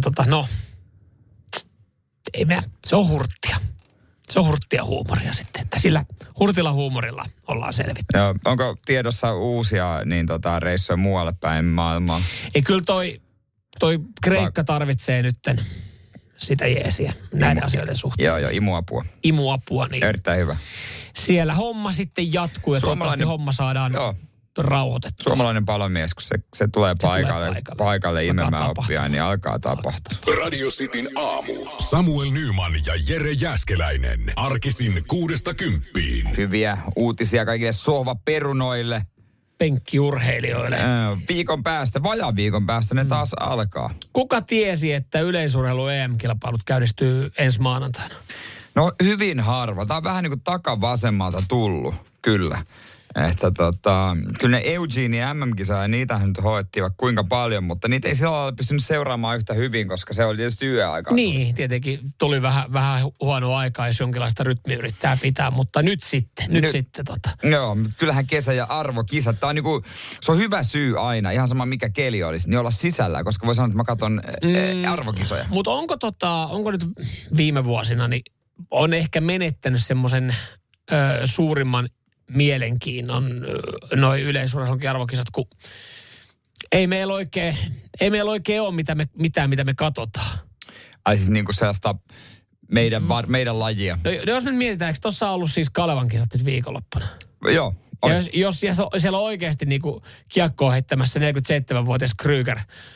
se on hurttia. Se on hurttia huumoria sitten, että sillä hurtilla huumorilla ollaan selvitty. Joo, onko tiedossa uusia reissuja muualle päin maailmaa? Ei, kyllä toi Kreikka tarvitsee nytten sitä jeesiä näiden asioiden suhteen. Joo, imuapua. Imuapua, niin. Erittäin hyvä. Siellä homma sitten jatkuu ja toivottavasti homma saadaan rauhoitettua. Suomalainen palomies, kun se tulee paikalle imemään oppia, niin alkaa tapahtua. Radio Cityn aamu. Samuel Nyman ja Jere Jääskeläinen. Arkisin 6–10. Hyviä uutisia kaikille sohvaperunoille. Penkkiurheilijoille. Vajaan viikon päästä ne taas alkaa. Kuka tiesi, että yleisurheilu EM-kilpailut käynnistyy ensi maanantaina? No hyvin harva. Tämä on vähän niin kuin takavasemmalta tullut, kyllä. Että kyllä ne Eugenie MM-kisoja, niitähän nyt hoettiin vaikka kuinka paljon, mutta niitä ei sillä lailla pystynyt seuraamaan yhtä hyvin, koska se oli tietysti yöaikaa. Niin, tietenkin tuli vähän huonoa aikaa, jos jonkinlaista rytmiä yrittää pitää, mutta nyt sitten. Joo, kyllähän kesä- ja arvokisat, tämä on niinku, se on hyvä syy aina, ihan sama mikä keli olisi, niin olla sisällä, koska voi sanoa, että mä katson arvokisoja. Mutta onko nyt viime vuosina, niin on ehkä menettänyt semmoisen suurimman mielenkiinnon noi yleisurheilun arvokisat, kun ei meillä oikein ole mitään, mitä me katsotaan. Ai siis niin kuin sellaista meidän lajia. No, jos me mietitään, eikö tuossa ollut siis Kalevan kisat nyt viikonloppuna? Joo. Jos siellä on oikeasti niinku kiekkoa heittämässä 47-vuotias Krüger,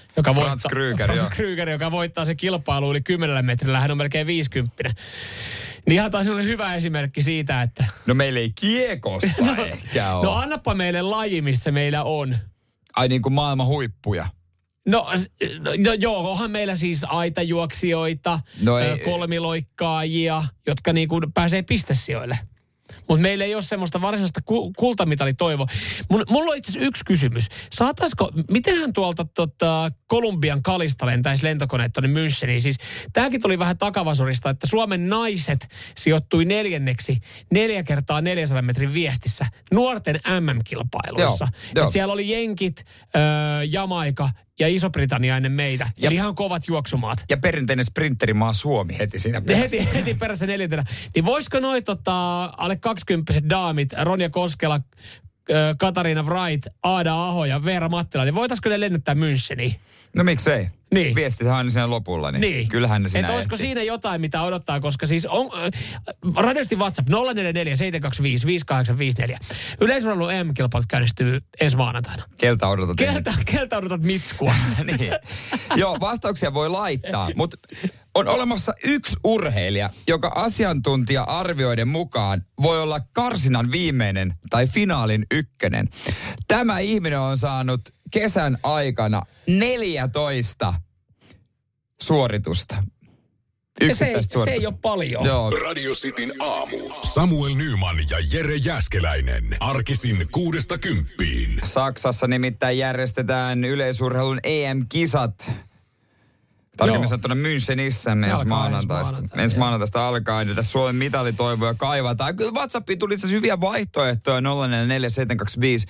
joka voittaa se kilpailu yli 10 metrillä, hän on melkein 50. Niin ihan taas on hyvä esimerkki siitä, että... No meillä ei kiekossa ehkä ole. No annapa meille laji, missä meillä on. Ai niin kuin maailman huippuja. No joo, onhan meillä siis aitajuoksijoita, kolmiloikkaajia, jotka niinku pääsee pistesijoille. Mutta meillä ei ole semmoista varsinaista kultamitalitoivoa. Mulla on itse asiassa yksi kysymys. Mitenhän tuolta Kolumbian Kalista lentäisi lentokone tuonne Müncheniin? Siis tämäkin tuli vähän takavasurista, että Suomen naiset sijoittui 4. 4 × 400 metrin viestissä nuorten MM-kilpailuissa. Joo. Siellä oli jenkit, Jamaika ja Iso-Britannia ennen meitä. Eli ihan kovat juoksumaat. Ja perinteinen sprinterimaa Suomi heti siinä perässä. Heti perässä 4. Niin voisiko noi alle 20-vuotiaat daamit, Ronja Koskela, Katariina Wright, Aada Aho ja Veera Mattila, niin voitaisiko ne lennättää Müncheniin? No miksei? Niin. Viestithän on siinä lopulla, niin kyllähän ne siinä olisiko siinä jotain, mitä odottaa, koska siis on... radiosti WhatsApp 044 725 5854. Yleisurheilu EM-kilpailut käynnistyy ensi maanantaina. Keltä odotat? Keltä odotat mitskua? Niin. Joo, vastauksia voi laittaa, mutta on olemassa yksi urheilija, joka asiantuntija-arvioiden mukaan voi olla karsinan viimeinen tai finaalin ykkönen. Tämä ihminen on saanut kesän aikana 14 suoritusta. Se ei ole paljon. Joo. Radio Cityn aamu. Samuel Nyman ja Jere Jääskeläinen. Arkisin 6–10. Saksassa nimittäin järjestetään yleisurheilun EM-kisat. Tarkemmin sanottuna Münchenissä ensi maanantaista alkaen. Tässä Suomen mitalitoivoja kaivataan. Kyllä WhatsAppiin tuli itse asiassa hyviä vaihtoehtoja. 044 725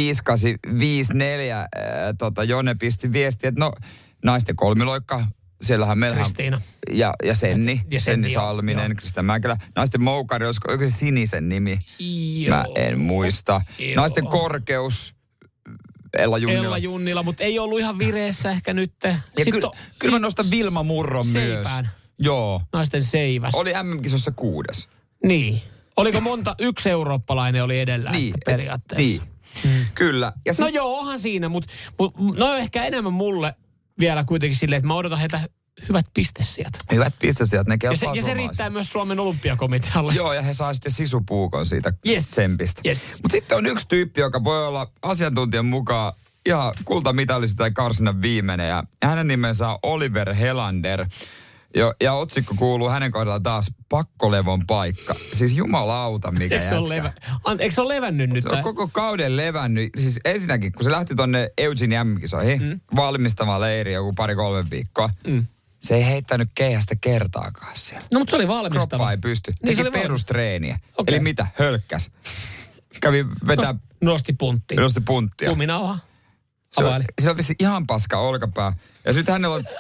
5854. Jone pisti viestiä, että naisten kolmiloikka. Siellähän meillä Kristiina. Ja Senni. Senni joo, Salminen, Krista Mäkelä. Naisten moukari, olisiko se Sinisen nimi? Joo. Mä en muista. Joo. Naisten korkeus. Ella Junnila, mutta ei ollut ihan vireessä ehkä nyt. Kyllä mä nostan Vilma Murron myös. Joo. Naisten seiväs. Oli MM-kisossa 6. Niin. Oliko monta? Yksi eurooppalainen oli edellä periaatteessa. Niin. Kyllä. Ja no joo, onhan siinä, mutta no ehkä enemmän mulle vielä kuitenkin silleen, että mä odotan heitä hyvät pistesijat. Hyvät pistesijat, ne kelpaa ja se riittää myös Suomen olympiakomitealle. Joo, ja he saa sitten sisupuukon siitä tsempistä. Yes. Mutta sitten on yksi tyyppi, joka voi olla asiantuntijan mukaan ihan kultamitalista tai karsinan viimeinen. Ja hänen nimensä on Oliver Helander. Ja otsikko kuuluu hänen kohdallaan taas pakkolevon paikka. Siis jumalauta, mikä Eikö se ole levännyt nyt? Se on koko kauden levännyt. Siis ensinnäkin, kun se lähti tonne Eugene M-kisoihin, valmistamaan leiri joku 2-3 viikkoa, se ei heittänyt keihästä kertaakaan siellä. No, mutta se oli valmistava. Kroppa ei pysty. Niin, Teki perustreeniä. Okay. Eli mitä? Hölkkäs. Kävi vetää... Nosti punttia. Kuminauha. Se on vissi ihan paska olkapää. Ja sitten hänellä on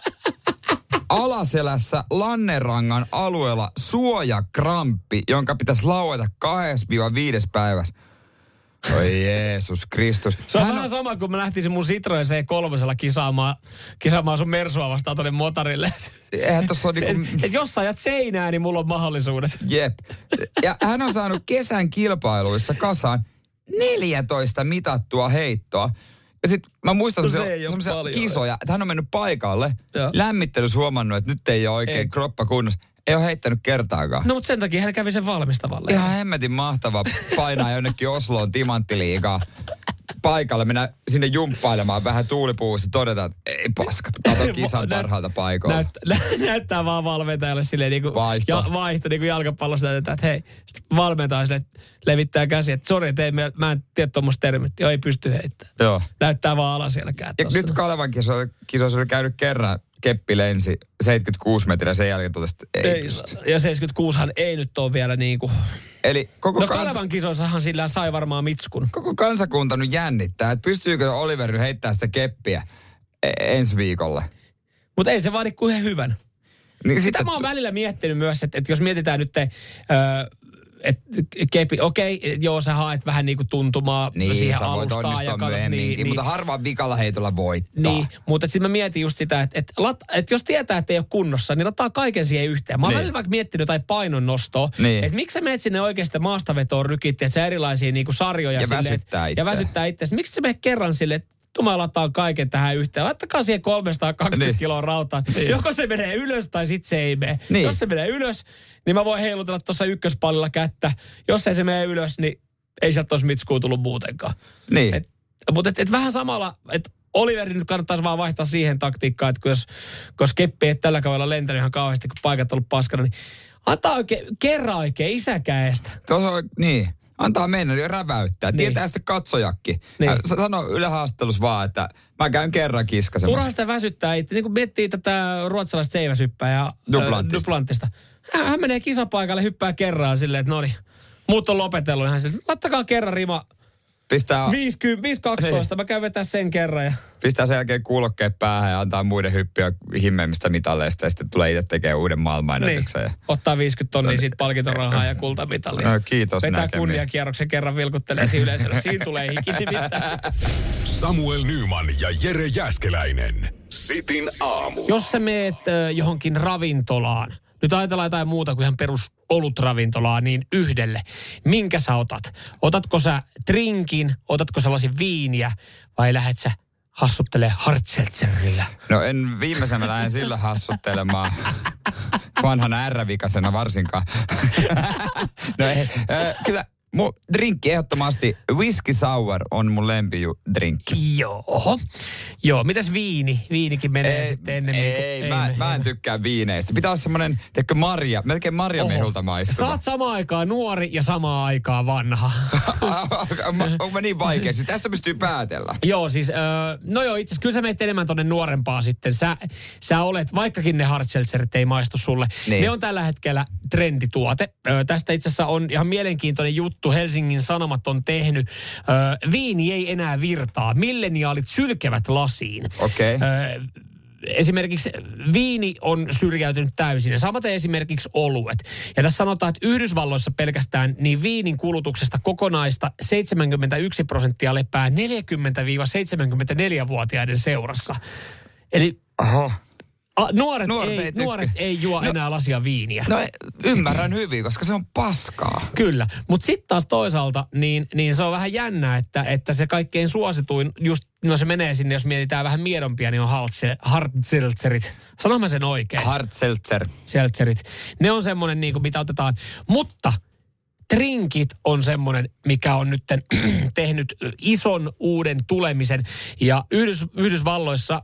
alaselässä Lannerangan alueella suojakramppi, jonka pitäisi laueta 2-5 päivässä. Oi Jeesus Kristus. Se on vähän sama, kun mä lähtisin mun Citroen C3 kisaamaan sun Mersua vastaan tonne motorille. Eihän tossa on niinku... Et jos sä ajat seinään, niin mulla on mahdollisuudet. Jep. Ja hän on saanut kesän kilpailuissa kasaan 14 mitattua heittoa. Ja sit mä muistan semmoisia kisoja, että hän on mennyt paikalle, lämmittelys huomannut, että nyt ei ole oikein kroppa kunnossa. Ei ole heittänyt kertaakaan. No, mutta sen takia hän kävi sen valmistavalle. Ihan hemmetin mahtava painaa jonnekin Osloon timanttiliigaa paikalle. Mennä sinne jumppailemaan vähän tuulipuussa, todeta, että ei paskat, kato kisan parhaalta paikoilta. Näyttää vaan valmentajalle silleen niin kuin vaihto niin kuin jalkapallossa näytetään, että hei, sitten valmentaja silleen, levittää käsiä, että sori, että mä en tiedä tuommoista termit, joo, ei pysty heittämään. Joo. Näyttää vaan alas siellä tossa. Nyt Kalevan kisoissa oli käynyt kerran, keppi lensi 76 metriä, sen jälkeen totesi, että ei pysty. Ja 76han ei nyt ole vielä niin kuin... Eli Kalevan kisoissahan sillä sai varmaan mitskun. Koko kansakunta nyt jännittää, että pystyykö Oliver nyt heittämään sitä keppiä ensi viikolle. Mutta ei se vaadi kuin ihan hyvän. Niin sitä mä oon välillä miettinyt myös, että jos mietitään nyt että kepi, joo, sä haet vähän niinku tuntumaa siihen alustaan. Niin, sä voit onnistua myöhemminkin, mutta harvaan vikalla heitolla voittaa. Niin, mutta sitten mä mietin just sitä, että jos tietää, että ei ole kunnossa, niin lataa kaiken siihen yhteen. Mä oon välillä vaikka miettinyt jotain painonnostoa, että miksi sä menet sinne oikeasta maastavetoon rykitti, että sä erilaisia niinku sarjoja ja väsyttää itse. Miksi sä menet kerran silleen, mä lataan kaiken tähän yhteen. Laittakaa siihen 320 kiloa rautaa. Joko se menee ylös tai sitten se ei mene. Niin. Jos se menee ylös, niin mä voin heilutella tuossa ykköspallilla kättä. Jos ei se mene ylös, niin ei sieltä olisi mitskua tullut muutenkaan. Niin. Mutta vähän samalla, että Oliveri nyt kannattaisi vaan vaihtaa siihen taktiikkaan, että jos keppi ei tällä kaudella lentänyt ihan kauheasti, kun paikat on ollut paskana, niin antaa kerran oikein isäkäestä. Niin. Antaa mennä ja räväyttää. Niin. Tietää sitten katsojakki. Niin. Sano Yle haastattelussa vaan, että mä käyn kerran kiskasemassa. Turha sitä väsyttää itse. Niin kuin miettii tätä ruotsalaista seiväsyppää ja Duplanttista. Hän menee kisapaikalle, hyppää kerran silleen, että no niin, muut on lopetellut. Hän silleen, laittakaa kerran rima. Pistää 5-12, mä käyn vetää sen kerran. Ja... Pistää sen jälkeen kuulokkeet päähän ja antaa muiden hyppiä himmeimmistä mitalleista ja sitten tulee itse tekemään uuden maailmanennätyksen. Niin. Ottaa 50 tonnia siitä palkintorahaa ja kultamitalia. No, kiitos vetää näkemiin. kunniakierroksen kerran, vilkuttelee yleisölle. Siinä tulee hiki nimittäin. Samuel Nyman ja Jere Jääskeläinen. Sitin aamu. Jos sä meet johonkin ravintolaan, nyt ajatellaan jotain muuta kuin ihan perus olutravintolaa, niin yhdelle. Minkä sä otat? Otatko sä drinkin, otatko sellaisen viiniä vai lähdet sä hassuttelee hartseltserillä? No en viimeisen mä lähden sillä hassuttelemaan. Vanhan ärrävikasena varsinkaan. No ei, kyllä mun drinkki ehdottomasti whisky sour on mun lempidrinkki. Joo, mitäs viini? Viinikin menee sitten ennemmin. Mä en tykkää viineistä. Pitää olla semmonen, teikö melkein marjamehulta maistuva. Sä oot samaan aikaan nuori ja samaan aikaan vanha. Onko mä niin vaikea? Siis tästä pystyy päätellä. Joo, siis, itse asiassa kyllä sä menet enemmän tonne nuorempaa sitten. Sä olet, vaikkakin ne hardseltzerit ei maistu sulle, niin. Ne on tällä hetkellä trendituote. Tästä itse asiassa on ihan mielenkiintoinen juttu. Helsingin Sanomat on tehnyt. Viini ei enää virtaa. Milleniaalit sylkevät lasiin. Okei. Esimerkiksi viini on syrjäytynyt täysin ja samaten esimerkiksi oluet. Ja tässä sanotaan, että Yhdysvalloissa pelkästään niin viinin kulutuksesta kokonaista 71% lepää 40-74-vuotiaiden seurassa. Eli... Nuoret ei juo enää lasia viiniä. No ymmärrän hyvin, koska se on paskaa. Kyllä, mutta sitten taas toisaalta, niin se on vähän jännää, että se kaikkein suosituin, just se menee sinne, jos mietitään vähän miedompia, niin on hardseltzerit. Sanon mä sen oikein? Hardseltzerit. Ne on semmoinen, niin kuin mitä otetaan. Mutta drinkit on semmoinen, mikä on nyt tehnyt ison uuden tulemisen. Ja Yhdysvalloissa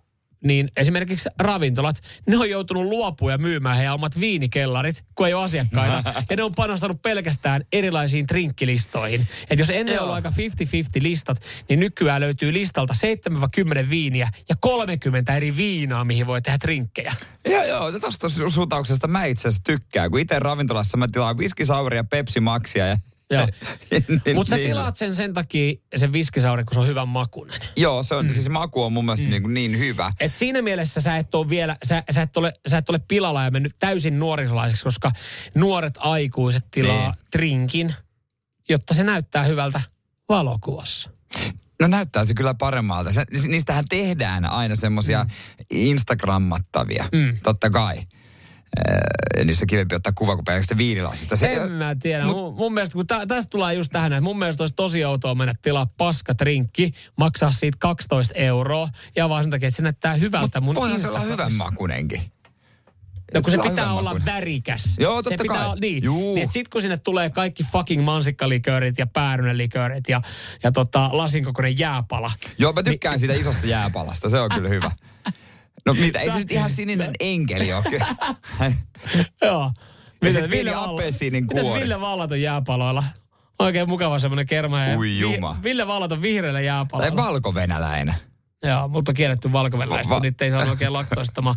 niin esimerkiksi ravintolat, ne on joutunut luopumaan ja myymään heidän omat viinikellarit, kun ei ole asiakkaita. Ja ne on panostanut pelkästään erilaisiin drinkkilistoihin. Että jos ennen ollut aika 50-50 listat, niin nykyään löytyy listalta 7-10 viiniä ja 30 eri viinaa, mihin voi tehdä drinkkejä. Joo, tuosta suuntauksesta mä itse asiassa tykkään, kun itse ravintolassa mä tilaan viskisauria ja Pepsi Maxia ja mutta sä tilaat sen takia sen viskisauri, kun se on hyvän makuinen. Joo, se on, siis maku on mun mielestä niin hyvä. Et siinä mielessä sä et ole vielä, sä et ole pilalla ja mennyt täysin nuorisolaiseksi, koska nuoret aikuiset tilaa drinkin, jotta se näyttää hyvältä valokuvassa. No näyttää se kyllä paremmalta. Niistähän tehdään aina semmosia instagrammattavia, totta kai. Niissä on kivempi ottaa kuva kuin pelkästään viinilasista. En mä tiedä. Mun mielestä, kun tästä tulee just tähän, että mun mielestä olisi tosi outoa mennä tilaa paskatrinkki, maksaa siitä 12 € ja vaan sen takia, että se näyttää hyvältä mun voihan se olla hyvän makunenkin. No kun se pitää olla värikäs. Joo, totta se pitää kai. Niin sit kun sinne tulee kaikki fucking mansikkaliköörit ja päärynäliköörit ja lasinkokoinen jääpala. Joo, mä tykkään siitä isosta jääpalasta. Se on kyllä hyvä. No mitä, ei se nyt ihan sininen enkeli ole kyllä. Joo. Mitäs Ville Vallat on jääpaloilla? Oikein mukava semmoinen kerma. Ui juma. Ville Vallat on vihreällä jääpaloilla. Tai valkovenäläinen. Joo, mutta on kielletty valkovenäläistä. Niitä ei saa oikein laktoistamaa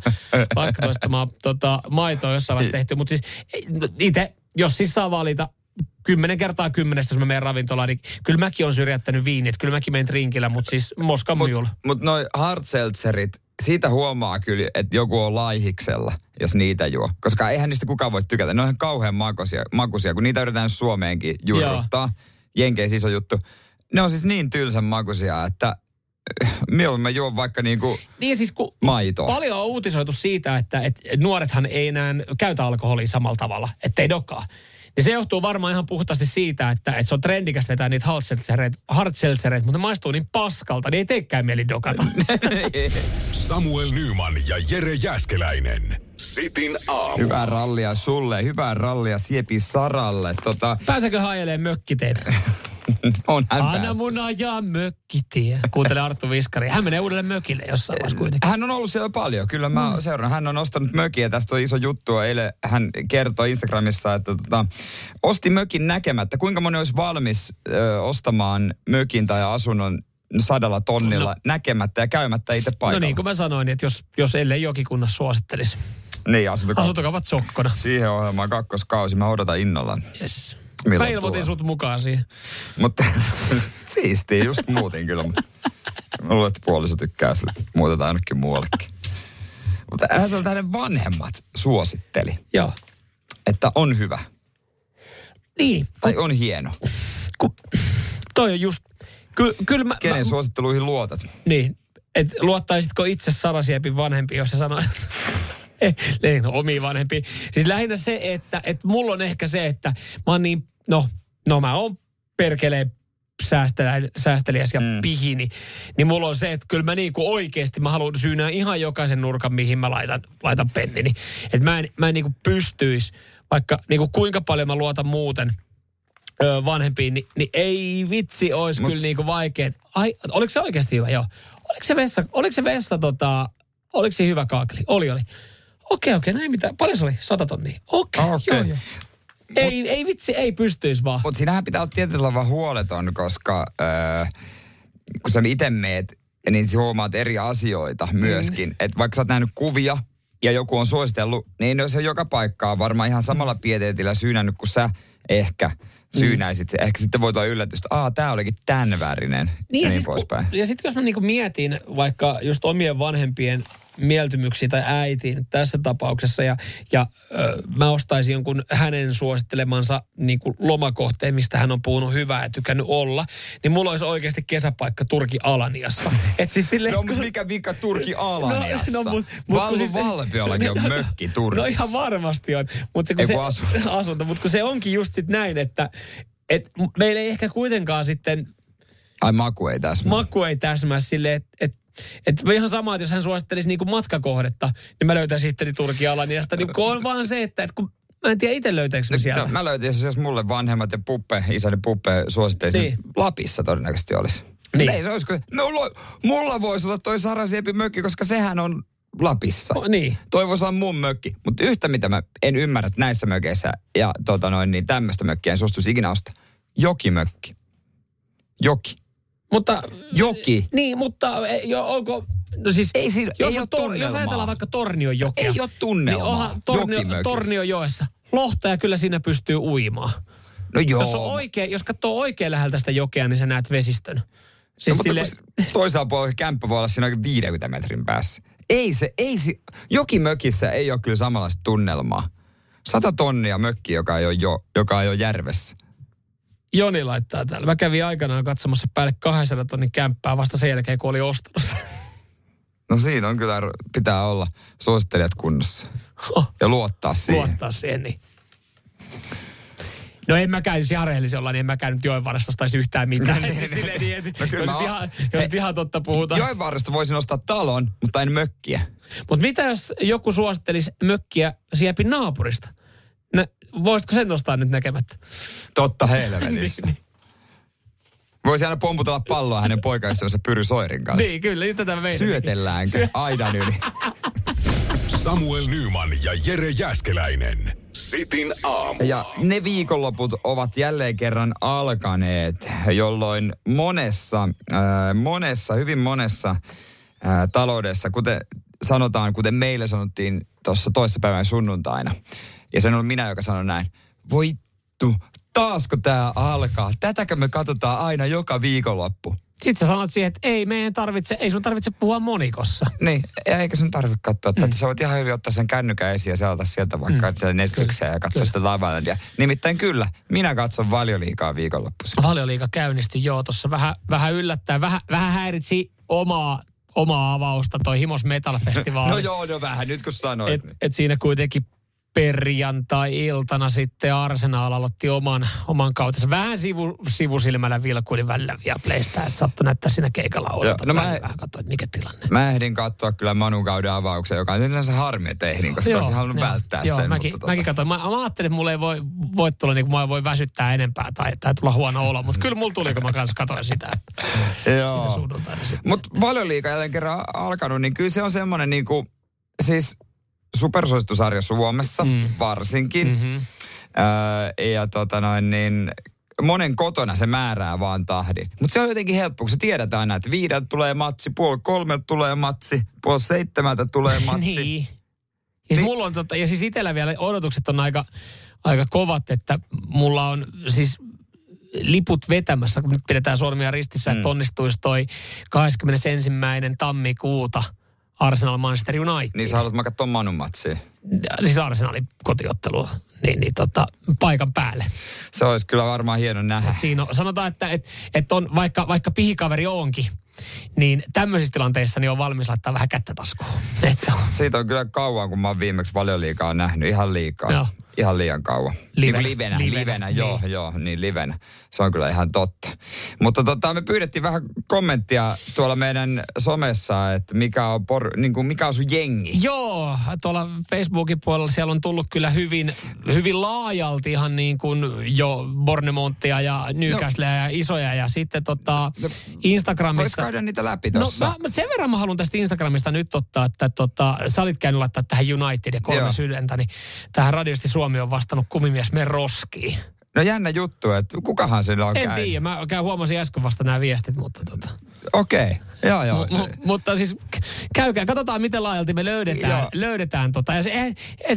maitoa jossain vaiheessa tehty. Mutta siis itse, jos siis saa valita 10 kertaa 10, jos mä menen ravintolaan, niin kyllä mäkin on syrjättänyt viinit. Kyllä mäkin menen drinkillä, mutta siis Moskan myyllä. Mutta noi hard seltzerit, siitä huomaa kyllä, että joku on laihiksella, jos niitä juo. Koska eihän niistä kukaan voi tykätä. Ne on ihan kauhean makuisia, kun niitä yritetään Suomeenkin juurruttaa. Jenkeissä iso juttu. Ne on siis niin tylsän makuisia, että mieluummin mä juon vaikka niinku siis maitoa. Paljon on uutisoitu siitä, että nuorethan ei enää käytä alkoholia samalla tavalla, ettei dokaa. Ja se johtuu varmaan ihan puhtaasti siitä, että se on trendikäs vetää niitä hard seltzereitä, mutta ne maistuu niin paskalta, niin ei teekään mieli dokata. Samuel Nyman ja Jere Jääskeläinen. Sitin aamu. Hyvää rallia sulle, hyvää rallia Siepi Saralle. Pääseekö hajelemaan mökkiteet? On hän Anna päässyt. mun ajaa mökkitie. Kuuntele Arttu Viskari. Hän menee uudelle mökille jossain vaiheessa kuitenkin. Hän on ollut siellä paljon. Kyllä mä seuraan. Hän on ostanut mökin ja tästä on iso juttu. Eilen hän kertoi Instagramissa, että osti mökin näkemättä. Kuinka moni olisi valmis ostamaan mökin tai asunnon 100 000 näkemättä ja käymättä itse paikalla? No niin kuin mä sanoin, että jos ellei Jokikunnas suosittelisi. Niin, asuntokaupat sokkona. Siihen ohjelmaan 2. kausi. Mä odotan innolla. Yes. Milloin mä ilmoitin tuo? sut mukaan siihen. Mutta siistiä, just muutin kyllä. Mä luulen, että puoliso tykkää sille. Muutetaan ainakin muuallekin. Mutta hän sanoi, että hänen vanhemmat suositteli. Joo. Että on hyvä. Niin. Tai on hieno. Toi on just... Kyllä mä... Kenen suositteluihin luotat? Niin. Et luottaisitko itse Sara Siepin vanhempiin, jos sä sanoit? Ei, omiin vanhempiin. Siis lähinnä se, että mulla on ehkä se, että mä oon niin... No mä oon perkeleen säästeliäs ja pihini. Niin mulla on se, että kyllä mä niinku oikeesti mä haluan syynää ihan jokaisen nurkan, mihin mä laitan pennini. Että mä en niinku pystyis, vaikka niinku kuinka paljon mä luotan muuten vanhempiin, niin ei vitsi ois kyllä niinku vaikeet. Ai, oliko se oikeasti hyvä? Joo. Oliko se vessa oliko se hyvä kaakeli? Oli. Okei, näin mitään. Paljon se oli? 100 tonnia. Okei. Joo. Ei vitsi, ei pystyisi vaan. Mutta siinähän pitää olla tietyllä tavalla huoleton, koska kun sä itse meet, niin sä huomaat eri asioita myöskin. Että vaikka sä oot nähnyt kuvia ja joku on suositellut, niin ei se joka paikkaa varmaan ihan samalla pieteetillä syynännyt kuin sä ehkä syynäisit. Ehkä sitten voi tulla yllätystä, tää olikin tän värinen ja niin poispäin. Ja sitten jos mä niinku mietin vaikka just omien vanhempien mieltymyksiä tai äitiin tässä tapauksessa ja mä ostaisin jonkun hänen suosittelemansa niinku lomakohteen, mistä hän on puhunut hyvää ja tykännyt olla, niin mulla olisi oikeasti kesäpaikka Turki Alaniassa. Et siis silleen, no mutta mikä vika Turki Alaniassa? Valpiollakin on mökki Turkissa. No ihan varmasti on. Mutta asunto. Mutta kun se onkin just sit näin, että meillä ei ehkä kuitenkaan sitten... maku ei täsmää. Maku ei täsmää silleen, että ihan sama, että jos hän suosittelisi niinku matkakohdetta, niin mä löytäisin itteni Turki Alaniasta. Niin on vaan se, että kun mä en tiedä itse löytäisikö mä siellä. No, mä löytin, jos mulle vanhemmat ja isäni Puppe suositteisiin, niin Lapissa todennäköisesti olisi. Niin. Ei se olisiko, mulla voisi olla toi Sarasiepin mökki, koska sehän on Lapissa. Niin. Toi voisi olla mun mökki. Mutta yhtä mitä mä en ymmärrä näissä mökeissä ja niin tämmöistä mökkiä en suostuisi ikinä ostaa. Jokimökki. Joki. Mutta... Joki. Niin, mutta onko... No siis, ei siinä, jos, ei ole tunnelmaa. Jos ajatellaan vaikka Tornionjokea. Ei ole tunnelmaa. Niin Tornionjoessa. Lohtaja kyllä siinä pystyy uimaan. No joo. Jos katsoo oikein läheltä sitä jokea, niin sä näet vesistön. Siis toisella puolella kämppä voi olla siinä oikein 50 metrin päässä. Ei se. Jokimökissä ei ole kyllä samanlaista tunnelmaa. 100 tonnia mökki, joka ei ole järvessä. Joni laittaa täällä. Mä kävin aikanaan katsomassa päälle 200 tonnin kämppää vasta sen jälkeen, kun oli ostanut. No siinä on kyllä, pitää olla suosittelijat kunnossa. Ja luottaa siihen. Luottaa siihen, niin. No en mä käynyt ihan rehellisen olla, niin en mä käynyt Joenvarresta taisi yhtään mitään. Jos ihan totta puhutaan. Joenvarresta voisin ostaa talon, mutta en mökkiä. Mutta mitä jos joku suosittelisi mökkiä Siepin naapurista? Voisitko sen nostaa nyt näkemättä? Totta helvetissä. Voisi aina pomputella palloa hänen poikaystävänsä Pyry Soirin kanssa. Niin, kyllä, nyt tätä meidän. Syötelläänkö aidan yli? Samuel Nyman ja Jere Jääskeläinen. Sitin aamu. Ja ne viikonloput ovat jälleen kerran alkaneet, jolloin hyvin monessa taloudessa, kuten meille sanottiin tuossa toissapäivän sunnuntaina. Ja se on ollut minä, joka sanon näin. Voittu, taasko tää alkaa? Tätäkö me katsotaan aina joka viikonloppu? Sitten sä sanot siihen, että ei sun tarvitse puhua monikossa. Niin, eikä sun tarvitse katsoa tätä. Sä voit ihan hyvin ottaa sen kännykän esiin ja selata sieltä vaikka Netflixiä ja katsoa sitä Love Islandia. Nimittäin kyllä, minä katson Valioliigaa viikonloppuisin. Valioliiga käynnistyi tuossa vähän yllättäen. Vähän häiritsi omaa avausta toi Himos Metal-festivaali. No vähän, nyt kun sanoit. Et siinä kuitenkin perjantai-iltana sitten Arsenal aloitti oman kautensa. Vähän sivusilmällä vilkuilin välillä Viaplaysta, että saattoi näyttää siinä keikalla olla. No vähän katsoin, että mikä tilanne. Mä ehdin katsoa kyllä Manun kauden avauksen, joka on yleensä harmi, että ehdin, koska olisin halunnut välttää sen. Mäkin katsoin. Mä ajattelin, että mulla ei voi tulla, niin kuin mä voi väsyttää enempää tai tulla huono olo, mutta kyllä mulla tuli, kun mä kanssa katsoin sitä. Joo. Mutta Valioliiga jälleen kerran alkanut, niin kyllä se on semmoinen niin kuin, siis supersuositusarja Suomessa varsinkin. Mm-hmm. Monen kotona se määrää vaan tahdin. Mutta se on jotenkin helppo, kun se tiedetään aina, että 5 tulee matsi, 2:30 tulee matsi, 6:30 tulee matsi. Niin. Ja mulla on ja siis itsellä vielä odotukset on aika kovat, että mulla on siis liput vetämässä, kun nyt pidetään sormia ristissä, että onnistuisi toi 21. tammikuuta Arsenal Manchester United. Niin sä haluat mä katsoa Manun matsia. Siis Arsenalin kotiottelua, paikan päälle. Se olisi kyllä varmaan hieno nähdä. Sanotaan, että on, vaikka pihikaveri onkin, niin tämmöisissä tilanteissa niin on valmis laittaa vähän kättä taskuun. Siitä on kyllä kauan, kun mä oon viimeksi Valioliigaa nähnyt. Ihan liikaa. Joo. Ihan liian kauan. Livenä. Joo, livenä. Se on kyllä ihan totta. Mutta me pyydettiin vähän kommenttia tuolla meidän somessa, että mikä on sun jengi. Joo, tuolla Facebookin puolella siellä on tullut kyllä hyvin laajalti ihan niin kuin jo Bournemouttia ja Newcastlea ja isoja. Ja sitten Instagramissa. Voisi käydä niitä läpi tuossa. No sen verran mä haluan tästä Instagramista nyt ottaa, että sä olit käynyt laittaa tähän United ja 3 sydäntä, niin tähän radiosti Suomi on vastannut kumimies me roskiin. No jännä juttu, että kukahan sillä on käynyt? En tiedä, mä huomasin äsken vasta nämä viestit, mutta Okei, joo. Mutta siis käykää, katsotaan miten laajalti me löydetään ja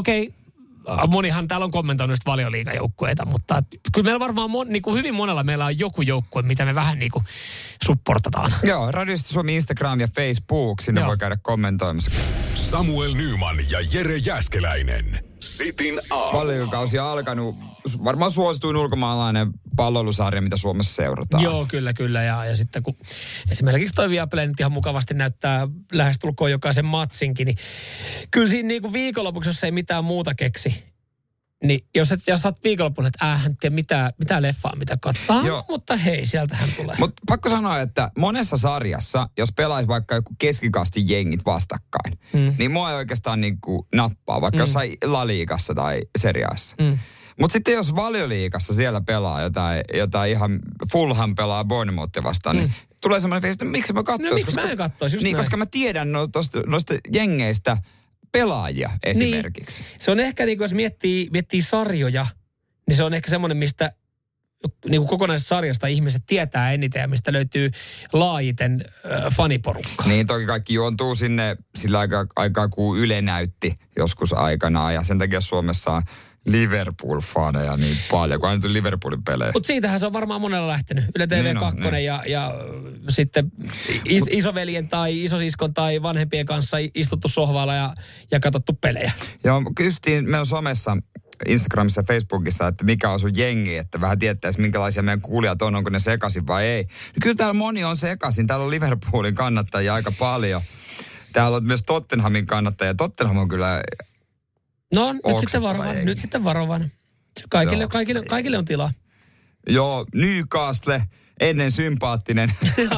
monihan täällä on kommentoinut Valioliigajoukkueita, mutta kyllä meillä varmaan hyvin monella meillä on joku joukkue, mitä me vähän supportataan. Joo, radiosta Suomi Instagram ja Facebook, sinne voi käydä kommentoimassa. Samuel Nyman ja Jere Jääskeläinen. Sitin aamu. Valioliigakausi on alkanut. Varmaan suosituin ulkomaalainen palloilusarja, mitä Suomessa seurataan. Joo, kyllä. Ja sitten kun esimerkiksi toi Viaplay nyt ihan mukavasti näyttää lähestulkoon jokaisen matsinkin, niin kyllä siinä viikonlopuksi, jos ei mitään muuta keksi, niin jos saat viikonloppuun, että en tiedä mitä leffaa, mitä katsoa, mutta hei, sieltähän tulee. Mutta pakko sanoa, että monessa sarjassa, jos pelaisi vaikka joku keskikastin jengit vastakkain, niin mua ei oikeastaan nappaa, vaikka jossain La Ligassa tai Serie A:ssa. Mutta sitten jos Valioliigassa siellä pelaa jotain ihan Fulham pelaa Bournemouthia vastaan, niin tulee semmoinen fiilis, että miksi mä katsoisin? No miksi mä en katsoisi, just niin, näin. koska mä tiedän noista jengeistä pelaajia esimerkiksi. Niin. Se on ehkä, niin kuin jos miettii sarjoja, niin se on ehkä semmoinen, mistä niin kuin kokonaisesta sarjasta ihmiset tietää eniten ja mistä löytyy laajiten faniporukkaa. Niin, toki kaikki juontuu sinne sillä aikaa, kun Yle näytti joskus aikanaan. Ja sen takia Suomessa on Liverpool-faneja niin paljon, kun aina tuli Liverpoolin pelejä. Mutta siitähän se on varmaan monella lähtenyt. Yle TV2 niin. Ja sitten isoveljen tai isosiskon tai vanhempien kanssa istuttu sohvalla ja katsottu pelejä. Joo, kysyttiin meidän somessa, Instagramissa ja Facebookissa, että mikä on sun jengi, että vähän tietäisi, minkälaisia meidän kuulijat on, onko ne sekaisin vai ei. No kyllä täällä moni on sekaisin. Täällä on Liverpoolin kannattajia aika paljon. Täällä on myös Tottenhamin kannattajia. Tottenham on kyllä... No, nyt sitten varovainen. Kaikille on tilaa. Joo, Newcastle, ennen sympaattinen.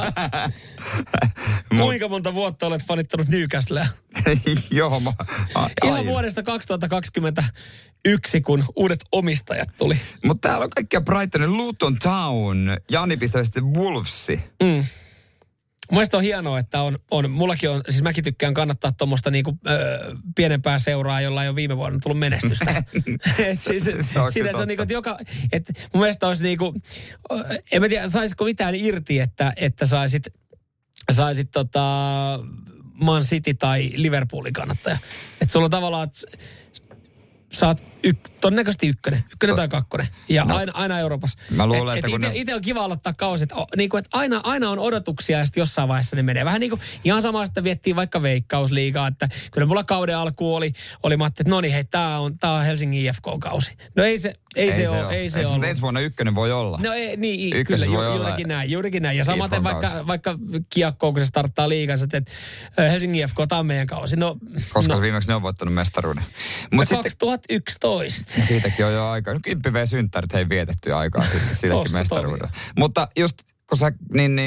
Kuinka monta vuotta olet fanittanut Newcastlea? Joo, ihan vuodesta 2021, kun uudet omistajat tuli. Mutta täällä on kaikkia Brightonin Luton Town, Jani pistää sitten Wolvesi. Mielestäni on hienoa, että mullakin on, siis mäkin tykkään kannattaa tuommoista niinku, pienempää seuraa, jolla ei ole viime vuonna tullut menestystä. Siinä se on niinku, että mun mielestä olisi niinku, en mä tiedä, saisiko mitään irti, että saisit Man City tai Liverpoolin kannattaja. Että sulla on tavallaan, saat todennäköisesti ykkönen tai kakkonen. Ja aina Euroopassa. Mä luulen, että itse on kiva aloittaa kausi, että aina on odotuksia ja sitten jossain vaiheessa ne menee. Vähän niin kuin ihan samaa sitä viettiin vaikka Veikkausliigaa, että kyllä mulla kauden alku oli Matti, että no niin hei, tää on Helsingin IFK-kausi. No ei se ole. Ensi vuonna ykkönen voi olla. No ei, niin, kyllä, juurikin näin. Ja samaten vaikka kiekkoon, kun se starttaa liigansa, että Helsingin IFK, tämä on meidän kausi. Koska viimeksi ne on voittanut mestaruuden. 2011. Siitäkin on jo aikaa. 10 V-synttärit hei vietetty aikaa silläkin mestaruudella. Mutta just kun sä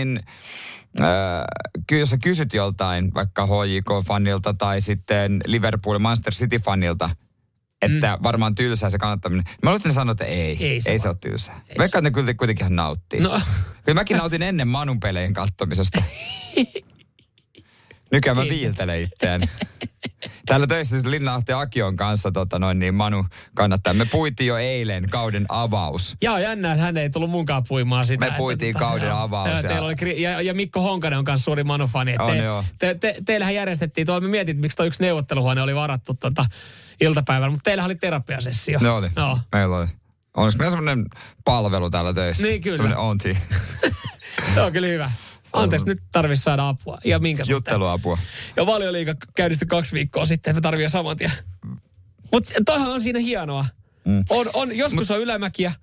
kyllä jos sä kysyt joltain, vaikka HJK-fanilta tai sitten Liverpool Manchester City-fanilta, että varmaan tylsää se kannattaminen. Mä aloitin sanoa, että ei se ole tylsää. Vaikka ne kuitenkin ihan nauttii. No. Kyllä mäkin nautin ennen Manun pelejen kattomisesta. Nykyään mä viiltelen itseäni. Täällä töissä siis Linna-Ahti Akion kanssa Manu kannattaa. Me puitiin jo eilen kauden avaus. Joo, jännä, että hän ei tullut munkaan puimaan sitä. Me puitiin kauden avaus. Ja Mikko Honkanen on kanssa suuri Manu-fani. Teillähän järjestettiin, tuolla me mietit, miksi tuo yksi neuvotteluhuone oli varattu iltapäivällä, mutta teillähän oli terapiasessio. Ne oli. No. Meillä oli. Onko meillä semmoinen palvelu täällä töissä? Niin kyllä. Semmoinen onti. Se on kyllä hyvä. Anteeksi, nyt tarvitsisi saada apua. Ja minkä suhteen? Jutteluapua. Ja Valioliiga käynnistyi 2 viikkoa sitten, että tarvitsee saman tien. Mutta toihan on siinä hienoa. Joskus on ylämäkiä.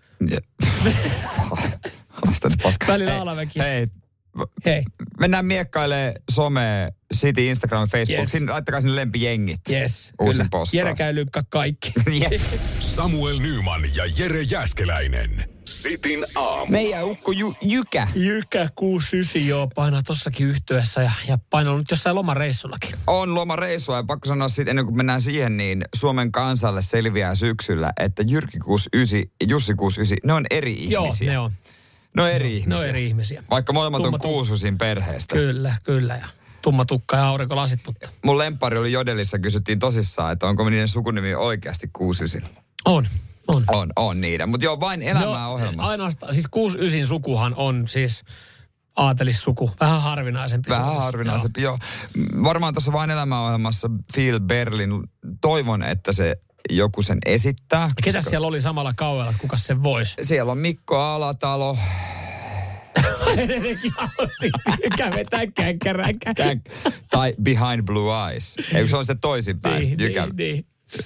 Välillä alamäkiä. Hei. Mennään miekkailemaan somea, City, Instagram, Facebook. Yes. Laittakaa sinne lempijengit. Yes, uusin postaus. Jere käy lynkkaa kaikki. Yes. Samuel Nyman ja Jere Jääskeläinen. Sitin aamu. Meidän ukko Jykä. Jykä 69 joo, painaa tossakin yhtyessä ja painaa nyt jossain lomareissullakin. On lomareissua ja pakko sanoa sitten, ennen kuin mennään siihen, niin Suomen kansalle selviää syksyllä, että Jyrki 69 ja Jussi 69, ne on eri ihmisiä. Joo, ne on. Ne on eri ihmisiä. Vaikka molemmat on Kuususin perheestä. Kyllä. Ja tumma tukka ja aurinkolasit, mutta... Mun lemppari oli Jodelissa, kysyttiin tosissaan, että onko niiden sukunimi oikeasti 69. On niiden, mutta joo, vain elämää ohjelmassa. Ainoastaan, siis 69 sukuhan on siis aatelissuku, vähän harvinaisempi. Joo. Varmaan tuossa vain elämää ohjelmassa Phil Berlin, toivon, että se joku sen esittää. Ketä siellä oli samalla kaudella, kuka sen voisi? Siellä on Mikko Alatalo. Tai Behind Blue Eyes. Eikö se on sitten toisinpäin? Niin.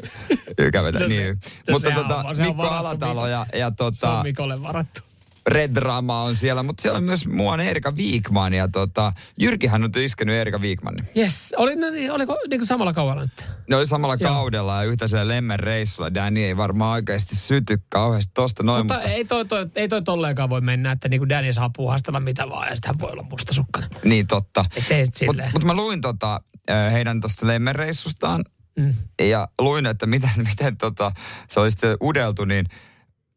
Mutta Mikko Alatalo ja se on Mikolle varattu. Red Drama on siellä, mutta siellä on myös muuan Erika Wigman ja Jyrkihän on iskenyt Erika Wigmanin. Yes. Oliko niin samalla kaudella nyt? Ne oli samalla kaudella ja yhtä siellä Lemmen reissulla. Danny ei varmaan oikeasti syty kauheasti tosta noin. Mutta ei toi tolleenkaan voi mennä, että niin Danny saa puuhastella mitä vaan ja sitten hän voi olla mustasukkainen. Niin totta. Mutta mä luin heidän tosta Lemmen reissustaan ja luin, että miten se oli sitten udeltu, niin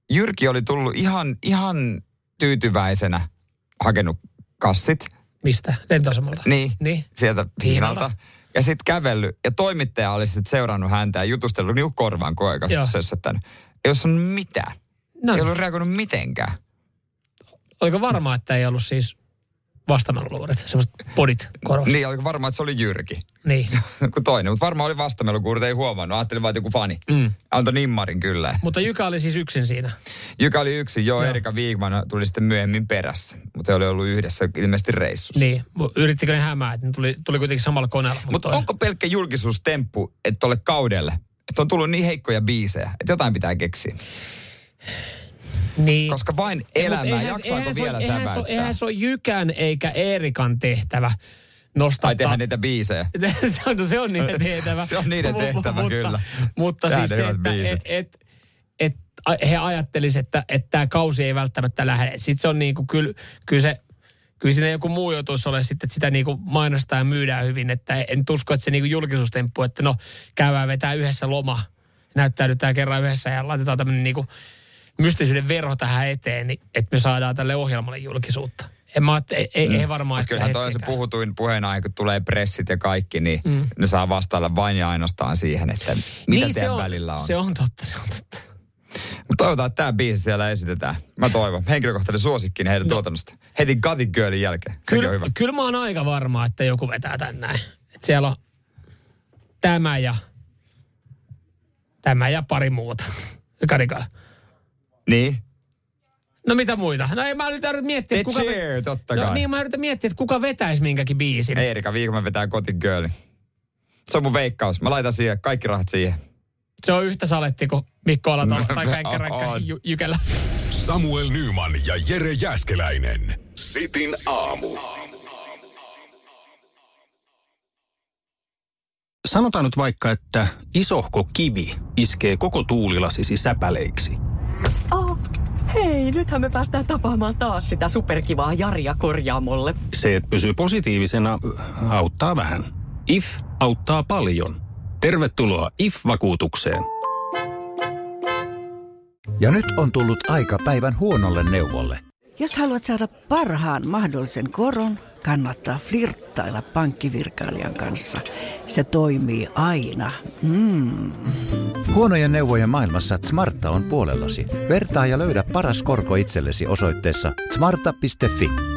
Jyrki oli tullut ihan tyytyväisenä hakenut kassit. Mistä? Lentoasemalta? Niin. Sieltä hihnalta. Ja sitten kävellyt. Ja toimittaja oli sitten seurannut häntä ja jutustellut niinku korvaan koekas. Ei ole sanonut mitään. Ei ollut reagoinut mitenkään. Oliko varmaa, että ei ollut siis vastamelukuuret, semmoiset podit korvassa? Niin, oliko varmaa, että se oli Jyrki? Niin. Kuin toinen, mutta varmaan oli vastamelukuuret, ei huomannut. Ajattelin vaan, että joku fani. Antoi nimmarin kyllä. Mutta Jykä oli siis yksin siinä? Jykä oli yksin, joo. Erika Wigman tuli sitten myöhemmin perässä. Mutta he oli ollut yhdessä ilmeisesti reissussa. Niin, yrittikö ne hämää, että ne tuli kuitenkin samalla koneella. Mutta onko pelkkä julkisuustemppu, että tolle kaudelle, että on tullut niin heikkoja biisejä, että jotain pitää keksiä? Niin. Koska vain elämää, jaksaako vielä säväyttää? Eihän se ole Jykän eikä Eerikan tehtävä nostaa. Ai tehdä niitä biisejä. se on niiden tehtävä. Se on niiden tehtävä, kyllä. Mutta siis se, että he ajattelisivat, että tämä kausi ei välttämättä lähde. Sitten se on niinku, kyllä siinä joku muu joutuisi ole sitten, että sitä niinku mainostaa ja myydään hyvin. Että en usko, että se niinku julkisuustemppu, että no käydään vetää yhdessä loma, näyttäydytään kerran yhdessä ja laitetaan tämmöinen niinku mystisyyden verho tähän eteen, niin että me saadaan tälle ohjelmalle julkisuutta. Ei varmaan. Mutta kyllähän toi on se puhutuin puheenaihe, kun tulee pressit ja kaikki, niin ne saa vastailla vain ja ainoastaan siihen, että mitä teidän välillä on. Se on totta. Mutta toivotaan, että tämä biisi siellä esitetään. Mä toivon. Henkilökohtainen suosikkini heidän tuotannosta. Heti Got It Girlin jälkeen. Sekin on hyvä. Kyllä mä oon aika varma, että joku vetää tän näin. Että siellä on tämä ja pari muuta. Kadikalla. Niin? No mitä muita? No ei mä yritän miettiä, kuka... Cheer, totta kai. No niin, mä yritän miettiä, että kuka vetäisi minkäkin biisin. Erika Wigman vetää Got It Girlin. Se on mun veikkaus. Mä laitan siihen kaikki rahat siihen. Se on yhtä saletti kuin Mikko Alatalo tai Ränkkä Jykälä. Samuel Nyman ja Jere Jääskeläinen. Sitin aamu. Sanotaan nyt vaikka, että isohko kivi iskee koko tuulilasisi säpäleiksi. Hei, nythän me päästään tapaamaan taas sitä superkivaa Jaria korjaamolle. Se, että pysyy positiivisena, auttaa vähän. IF auttaa paljon. Tervetuloa IF-vakuutukseen. Ja nyt on tullut aika päivän huonolle neuvolle. Jos haluat saada parhaan mahdollisen koron, kannattaa flirttailla pankkivirkailijan kanssa. Se toimii aina. Huonojen neuvojen maailmassa Smarta on puolellasi. Vertaa ja löydä paras korko itsellesi osoitteessa smarta.fi.